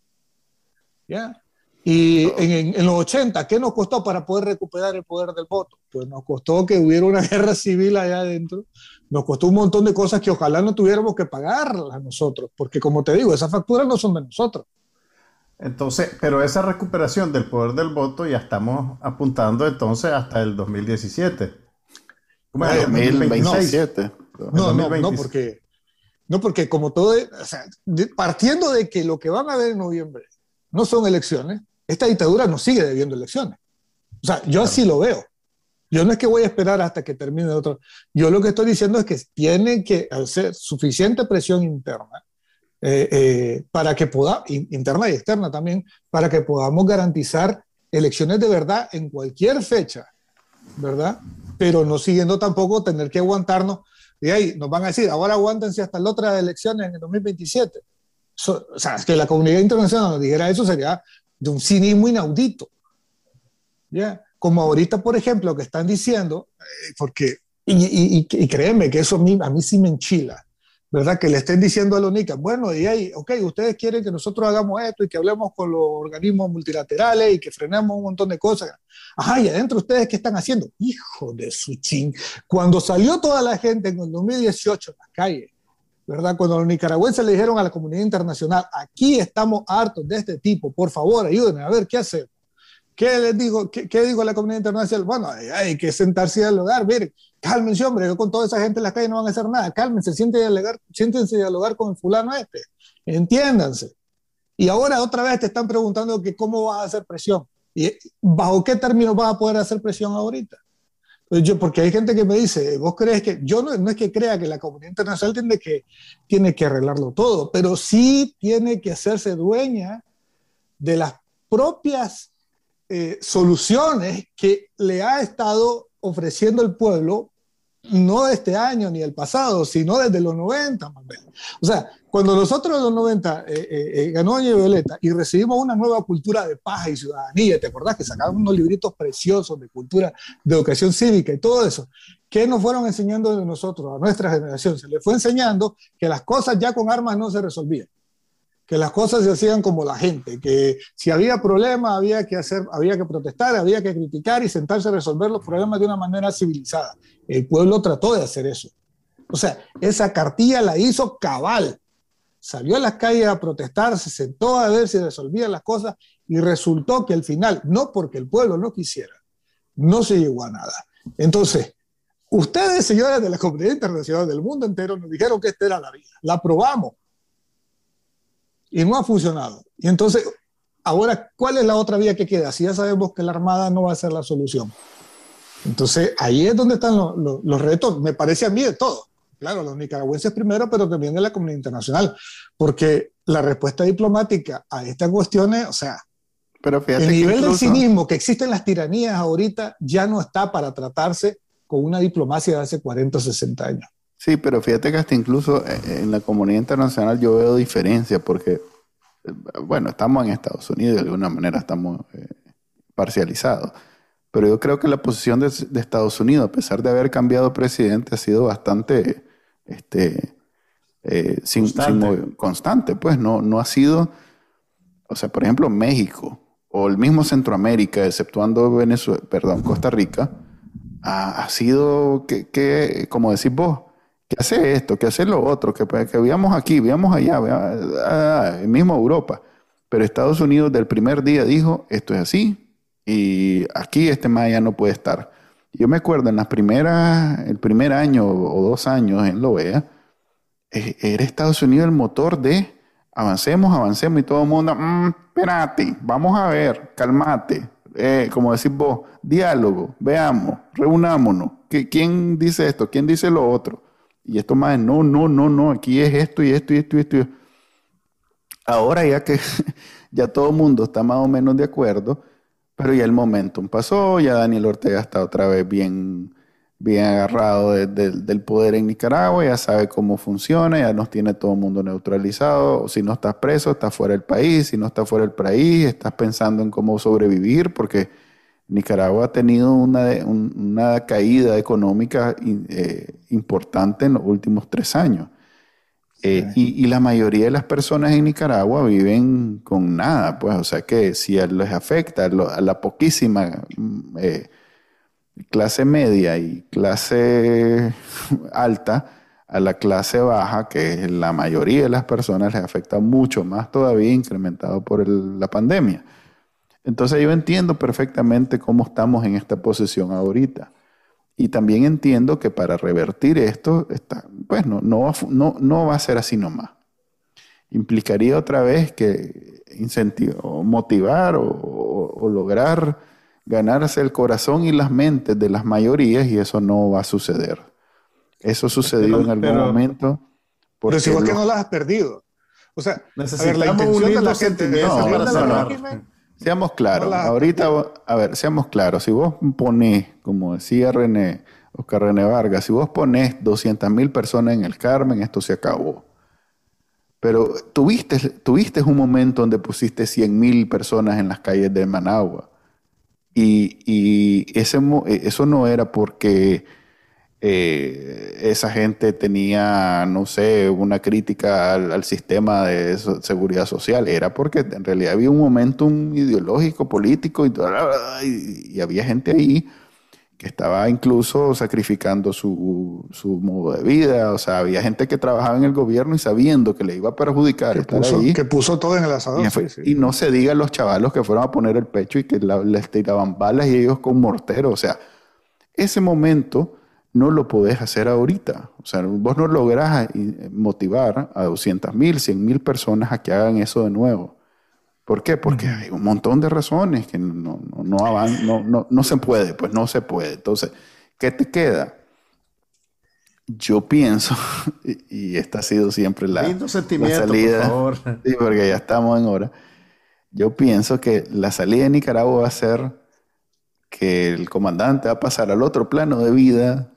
¿Ya? Y en, en, en los ochenta, ¿qué nos costó para poder recuperar el poder del voto? Pues nos costó que hubiera una guerra civil allá adentro, nos costó un montón de cosas que ojalá no tuviéramos que pagarlas nosotros, porque como te digo, esas facturas no son de nosotros. Entonces, pero esa recuperación del poder del voto ya estamos apuntando entonces hasta el dos mil diecisiete. ¿Cómo es? dos mil veintisiete. No, no, no, no, porque, no, porque como todo, es, o sea, de, partiendo de que lo que van a haber en noviembre no son elecciones, esta dictadura nos sigue debiendo elecciones. O sea, yo así lo veo. Yo no es que voy a esperar hasta que termine otro. Yo lo que estoy diciendo es que tiene que hacer suficiente presión interna eh, eh, para que podamos, interna y externa también, para que podamos garantizar elecciones de verdad en cualquier fecha, ¿verdad? Pero no siguiendo tampoco tener que aguantarnos. Y ahí nos van a decir, ahora aguántense hasta la otra elecciones en el dos mil veintisiete. So, o sea, es que la comunidad internacional nos dijera eso sería de un cinismo inaudito. ¿Ya? Como ahorita, por ejemplo, que están diciendo, eh, porque, y, y, y créeme que eso a mí, a mí sí me enchila, ¿verdad? Que le estén diciendo a la UNICA, bueno, y ahí, ok, ustedes quieren que nosotros hagamos esto y que hablemos con los organismos multilaterales y que frenemos un montón de cosas. Ajá, y adentro ustedes, ¿qué están haciendo? Hijo de su ching. Cuando salió toda la gente en el dos mil dieciocho en las calles, ¿verdad? Cuando los nicaragüenses le dijeron a la comunidad internacional, aquí estamos hartos de este tipo, por favor, ayúdenme a ver qué hacemos. ¿Qué les digo? ¿Qué, qué digo a la comunidad internacional? Bueno, hay, hay que sentarse y dialogar. Miren, cálmense, hombre, yo con toda esa gente en la calle no van a hacer nada. Cálmense, siéntense a dialogar, siéntense a dialogar con el fulano este. Entiéndanse. Y ahora otra vez te están preguntando que cómo vas a hacer presión. ¿Y bajo qué términos vas a poder hacer presión ahorita? Yo, porque hay gente que me dice, vos crees que, yo no, no es que crea que la comunidad internacional tiene que, tiene que arreglarlo todo, pero sí tiene que hacerse dueña de las propias eh, soluciones que le ha estado ofreciendo el pueblo, no de este año ni del pasado, sino desde los noventa, Manuel. O sea, cuando nosotros en los noventa eh, eh, ganó Doña Violeta y recibimos una nueva cultura de paz y ciudadanía, ¿te acordás que sacaban unos libritos preciosos de cultura, de educación cívica y todo eso? ¿Qué nos fueron enseñando de nosotros, a nuestra generación? Se les fue enseñando que las cosas ya con armas no se resolvían, que las cosas se hacían como la gente, que si había problemas había que hacer, había que protestar, había que criticar y sentarse a resolver los problemas de una manera civilizada. El pueblo trató de hacer eso. O sea, esa cartilla la hizo cabal. Salió a las calles a protestar, se sentó a ver si resolvían las cosas y resultó que al final, no porque el pueblo no quisiera, no se llegó a nada. Entonces, ustedes, señores de la comunidad internacional del mundo entero, nos dijeron que esta era la vía. La probamos y no ha funcionado. Y entonces, ahora, ¿cuál es la otra vía que queda? Si ya sabemos que la Armada no va a ser la solución. Entonces, ahí es donde están los, los, los retos, me parece a mí, de todo. Claro, los nicaragüenses primero, pero también de la comunidad internacional, porque la respuesta diplomática a estas cuestiones, o sea, pero fíjate el nivel incluso... del cinismo que existe en las tiranías ahorita ya no está para tratarse con una diplomacia de hace cuarenta o sesenta años. Sí, pero fíjate que hasta incluso en la comunidad internacional yo veo diferencias, porque, bueno, estamos en Estados Unidos y de alguna manera estamos eh, parcializados. Pero yo creo que la posición de, de Estados Unidos, a pesar de haber cambiado presidente, ha sido bastante este, eh, sin, constante. Sin, constante. Pues no, no ha sido, o sea, por ejemplo, México o el mismo Centroamérica, exceptuando Venezuela, perdón, Costa Rica, ha, ha sido, que, que, como decís vos, que hace esto, que hace lo otro, que, que veamos aquí, veamos allá, veamos, mismo Europa. Pero Estados Unidos del primer día dijo, esto es así. Y aquí este Maya no puede estar. Yo me acuerdo en las primeras, el primer año o dos años en la O E A, eh, era Estados Unidos el motor de avancemos, avancemos y todo el mundo, mmm, espérate, vamos a ver, cálmate, eh, como decís vos, diálogo, veamos, reunámonos. ¿Quién dice esto? ¿Quién dice lo otro? Y esto más, no, no, no, no, aquí es esto y esto y esto y esto. Ahora ya que ya todo el mundo está más o menos de acuerdo, pero ya el momentum pasó, ya Daniel Ortega está otra vez bien, bien agarrado de, de, del poder en Nicaragua, ya sabe cómo funciona, ya nos tiene todo el mundo neutralizado. Si no estás preso, estás fuera del país. Si no estás fuera del país, estás pensando en cómo sobrevivir, porque Nicaragua ha tenido una, un, una caída económica eh, importante en los últimos tres años. Eh, Sí. y, y la mayoría de las personas en Nicaragua viven con nada, pues, o sea que si a les afecta a, lo, a la poquísima eh, clase media y clase alta, a la clase baja, que es la mayoría de las personas, les afecta mucho más todavía, incrementado por el, la pandemia. Entonces yo entiendo perfectamente cómo estamos en esta posición ahorita. Y también entiendo que para revertir esto, está, pues no, no, no, no va a ser así nomás. Implicaría otra vez que incentivar, o motivar o, o, o lograr ganarse el corazón y las mentes de las mayorías, y eso no va a suceder. Eso sucedió Pero, en algún pero momento. Pero si Porque vos que los, no las has perdido. O sea, a ver, la necesitamos un intención de lindo la gente de sentimiento salir no, para del no, no. régimen, Seamos no claros. las has Ahorita, perdido. a ver, seamos claros. Si vos ponés, como decía René, Oscar René Vargas, si vos ponés doscientas mil personas en el Carmen, esto se acabó. Pero tuviste, tuviste un momento donde pusiste cien mil personas en las calles de Managua. Y, y ese, eso no era porque eh, esa gente tenía, no sé, una crítica al, al sistema de so- seguridad social. Era porque en realidad había un momentum ideológico, político, y, y, y había gente ahí que estaba incluso sacrificando su, su modo de vida. O sea, había gente que trabajaba en el gobierno y sabiendo que le iba a perjudicar Que estar puso, ahí. que puso todo en el Y, asador, sí, sí. y no se diga los chavalos que fueron a poner el pecho y que la, les tiraban balas y ellos con mortero. O sea, ese momento no lo podés hacer ahorita. O sea, vos no lográs motivar a doscientas mil, cien mil personas a que hagan eso de nuevo. ¿Por qué? Porque Uh-huh. hay un montón de razones que no, no, no, avan, no, no, no se puede, pues no se puede. Entonces, ¿qué te queda? Yo pienso, y, y esta ha sido siempre la, lindo la sentimiento, por salida, favor. sí, porque ya estamos en hora. Yo pienso que la salida de Nicaragua va a ser que el comandante va a pasar al otro plano de vida,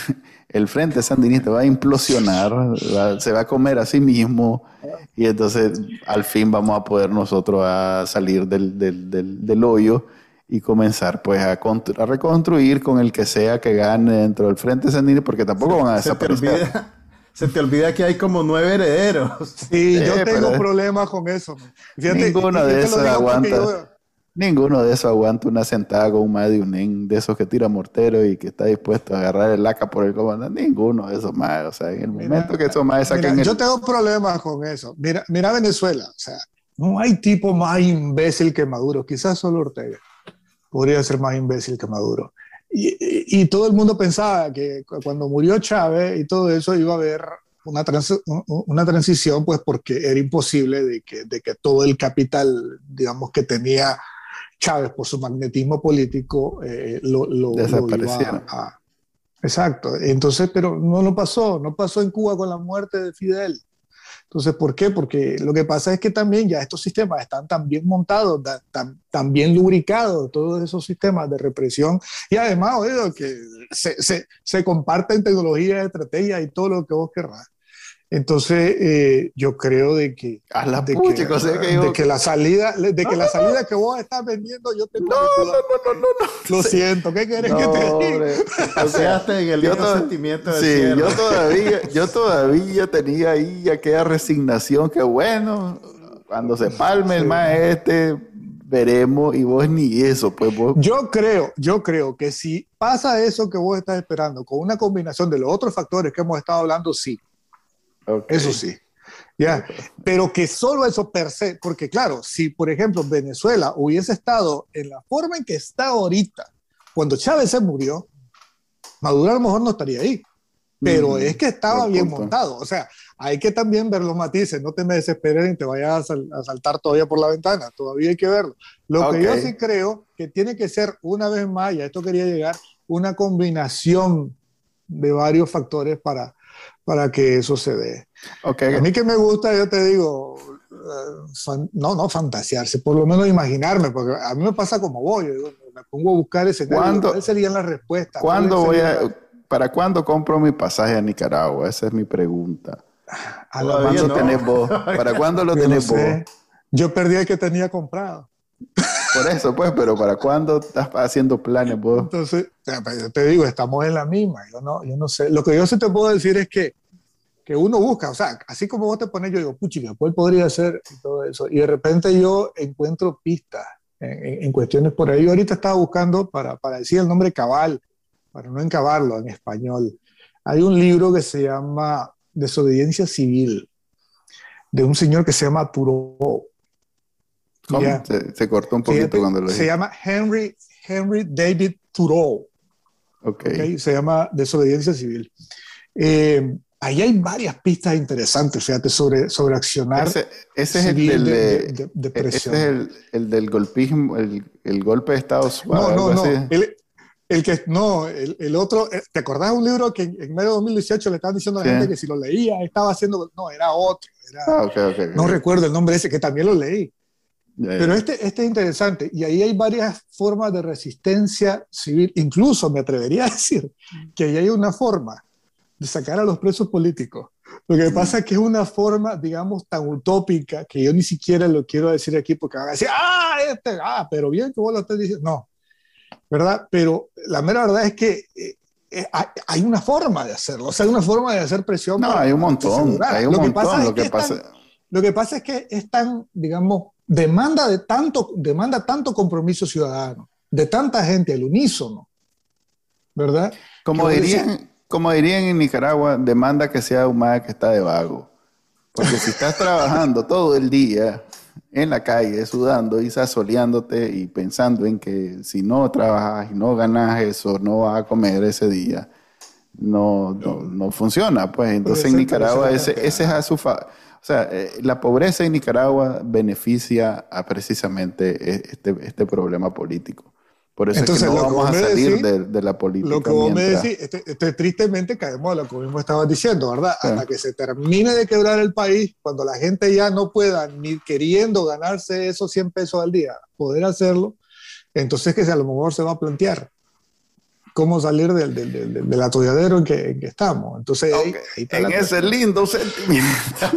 el frente sandinista va a implosionar, va- se va a comer a sí mismo, y entonces al fin vamos a poder nosotros a salir del, del, del, del hoyo y comenzar pues a, a reconstruir con el que sea que gane dentro del frente sandinista, porque tampoco Se, van a se te desaparecer. olvida, se te olvida que hay como nueve herederos. Sí, yo Eh, tengo pero problemas con eso, man. Fíjate, ninguno y yo de te lo esos digo porque aguanta. yo, Ninguno de esos aguanta una sentada con un más de un de esos que tira mortero y que está dispuesto a agarrar el laca por el comandante. Ninguno de esos más. O sea, en el momento mira, que esos más mira, saquen yo el... tengo problemas con eso. Mira, mira Venezuela, o sea, no hay tipo más imbécil que Maduro, quizás solo Ortega podría ser más imbécil que Maduro. Y, y, y todo el mundo pensaba que cuando murió Chávez y todo eso iba a haber una, trans, una transición, pues porque era imposible de que, de que todo el capital, digamos, que tenía Chávez por su magnetismo político eh, lo, lo, lo iba a... Exacto. Entonces, pero no lo pasó, no pasó en Cuba con la muerte de Fidel. Entonces, ¿por qué? Porque lo que pasa es que también ya estos sistemas están tan bien montados, tan, tan bien lubricados, todos esos sistemas de represión, y además, oído, que se, se, se comparten tecnologías, estrategias y todo lo que vos querrás. Entonces, eh, yo creo de que, A la de, pucha, que, cosa que de yo... que la salida, de no, que no, la salida no. que vos estás vendiendo, yo tengo No, mis no, dudas. no, no, no, no. Lo Sí. siento, ¿qué querés No, que te diga? hombre. O sea, Paseaste en el yo lindo to- sentimiento de sí, cierre. yo todavía, yo todavía tenía ahí aquella resignación que bueno, cuando se palme el Sí. más este, veremos, y vos ni eso, pues vos... Yo creo, yo creo que si pasa eso que vos estás esperando, con una combinación de los otros factores que hemos estado hablando, sí, Okay. eso sí. Ya, pero que solo eso per se, porque claro, si por ejemplo Venezuela hubiese estado en la forma en que está ahorita, cuando Chávez se murió, Maduro a lo mejor no estaría ahí. pero Mm, es que estaba buen bien punto. montado. O sea, hay que también ver los matices, no te me desesperes y te vayas a, sal- a saltar todavía por la ventana, todavía hay que verlo. Lo que Ok. yo sí creo que tiene que ser, una vez más, y a esto quería llegar, una combinación de varios factores para, para que eso se dé. Ok. A mí que me gusta, yo te digo, eh, fan- no, no fantasearse, por lo menos imaginarme, porque a mí me pasa como voy, yo digo, me pongo a buscar escenarios, ¿Cuándo- ¿cuáles serían las respuestas? ¿Cuándo ¿Cuáles voy serían a, ¿Para cuándo compro mi pasaje a Nicaragua? Esa es mi pregunta. a la Todavía ¿Cuándo no. tenés vos? ¿Para cuándo lo Yo no tenés vos? sé. Yo perdí el que tenía comprado. Por eso, pues, pero ¿para cuándo estás haciendo planes vos? Entonces, ya, pues, yo te digo, estamos en la misma. Yo no, yo no sé. Lo que yo sí te puedo decir es que, que uno busca, o sea, así como vos te pones, yo digo, puchica, ¿cuál podría ser? Y todo eso. Y de repente yo encuentro pistas en, en- en cuestiones por ahí. Yo ahorita estaba buscando para, para decir el nombre cabal, para no encabarlo en español. Hay un libro que se llama Desobediencia Civil, de un señor que se llama Thoreau. ¿Cómo? Ya. Se, se cortó un poquito Fíjate, cuando lo se dije. llama Henry, Henry David Thoreau, Ok. ¿okay? Se llama Desobediencia Civil. Eh, ahí hay varias pistas interesantes, fíjate, sobre, sobre accionar Ese, ese es el civil del, de, de- eh, de- de ese presión. es el, el del golpismo, el, el golpe de Estado suave, No, no, algo no. así. El, el que, no, el, el otro, eh, ¿te acordás de un libro que en, en medio de dos mil dieciocho le estaban diciendo a la Sí. gente que si lo leía estaba haciendo, no, era otro, era, Ah, ok, ok. ok. no recuerdo el nombre ese, que también lo leí. Ya, ya. Pero este, este es interesante y ahí hay varias formas de resistencia civil. Incluso me atrevería a decir que ahí hay una forma de sacar a los presos políticos. Lo que pasa es que es una forma, digamos, tan utópica que yo ni siquiera lo quiero decir aquí porque van a decir, ah, este, ah, pero bien que vos lo estés diciendo. No, ¿verdad? Pero la mera verdad es que eh, eh, hay, hay una forma de hacerlo, o sea, hay una forma de hacer presión. No, para- hay un para que se montón, lograra. hay un Lo que montón. pasa es Lo que que es tan- pasa, lo que pasa es que es tan, digamos, demanda de tanto, demanda tanto compromiso ciudadano, de tanta gente al unísono, ¿verdad? como Que vos dirían, decís, como dirían en Nicaragua, demanda que sea humana que está de vago. Porque si estás trabajando todo el día en la calle, sudando y estás soleándote y pensando en que si no trabajas y no ganas eso, no vas a comer ese día, no, no, no funciona. Pues entonces en Puede ser, Nicaragua puede ser. ese, ese es a su fa- O sea, eh, la pobreza en Nicaragua beneficia a precisamente e- este, este problema político. Por eso Entonces, es que no lo que vamos a vos me salir decís- de, de la política. lo que vos me mientras- decís, este, este, tristemente caemos a lo que mismo estabas diciendo, ¿verdad? Sí. Hasta que se termine de quebrar el país, cuando la gente ya no pueda ni queriendo ganarse esos cien pesos al día, poder hacerlo, entonces que a lo mejor se va a plantear cómo salir del, del, del, del atolladero en que, en que estamos. Entonces, ahí, Ok, ahí está en la ese cuestión. lindo sentimiento.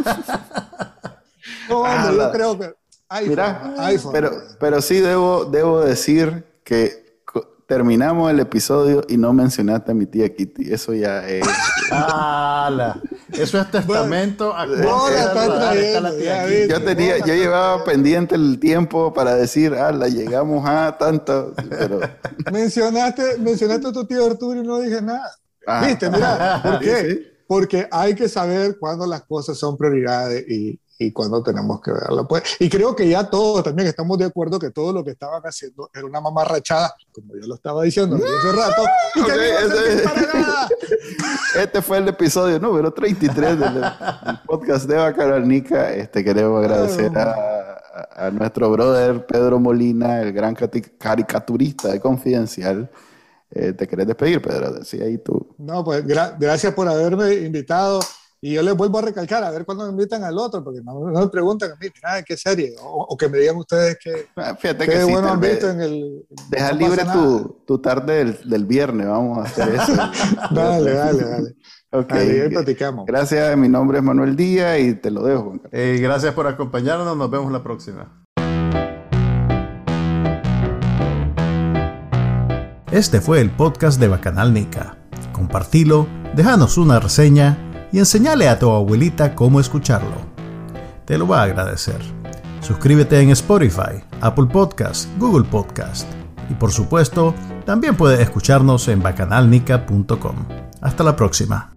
No, hombre, Ah, yo la- creo que iPhone, Mira, iPhone. pero, pero sí debo, debo decir que co- terminamos el episodio y no mencionaste a mi tía Kitty. Eso ya es... ¡Hala! Eso es testamento a No, la consta está del radar, está trayendo, la tía ya aquí. ves. Yo tenía, yo llevaba pendiente el tiempo para decir, ah, la llegamos a tanto, pero... mencionaste, mencionaste a tu tío Arturo y no dije nada. Ah. ¿Viste? Mira, ¿por Sí, qué? sí. Porque hay que saber cuándo las cosas son prioridades y, y cuándo tenemos que verlas. Pues, y creo que ya todos también estamos de acuerdo que todo lo que estaban haciendo era una mamarrachada, como yo lo estaba diciendo desde hace rato, y que Ok, no iba a servir ese- para nada. Este fue el episodio número treinta y tres del, del podcast de Bacanalnica. Este, queremos agradecer a, a- a nuestro brother Pedro Molina, el gran cati- caricaturista de Confidencial. Eh, ¿Te querés despedir, Pedro? Sí, ahí tú. No, pues gra- gracias por haberme invitado. Y yo les vuelvo a recalcar, a ver cuándo me invitan al otro, porque no, no me preguntan a mí, mira, ¿en qué serie? O, o que me digan ustedes que, Ah, Fíjate qué que sí, bueno tal han vez visto en el... deja no libre pasa tu, tu tarde del, del viernes. Vamos a hacer eso. nada. Dale, dale, dale. Ok. Dale, ahí platicamos. Gracias, mi nombre es Manuel Díaz y te lo dejo, Juan Carlos. Eh, gracias por acompañarnos. Nos vemos la próxima. Este fue el podcast de Bacanal Nica. Compartilo, déjanos una reseña y enseñale a tu abuelita cómo escucharlo. Te lo va a agradecer. Suscríbete en Spotify, Apple Podcast, Google Podcast y por supuesto, también puedes escucharnos en bacanalnica punto com. Hasta la próxima.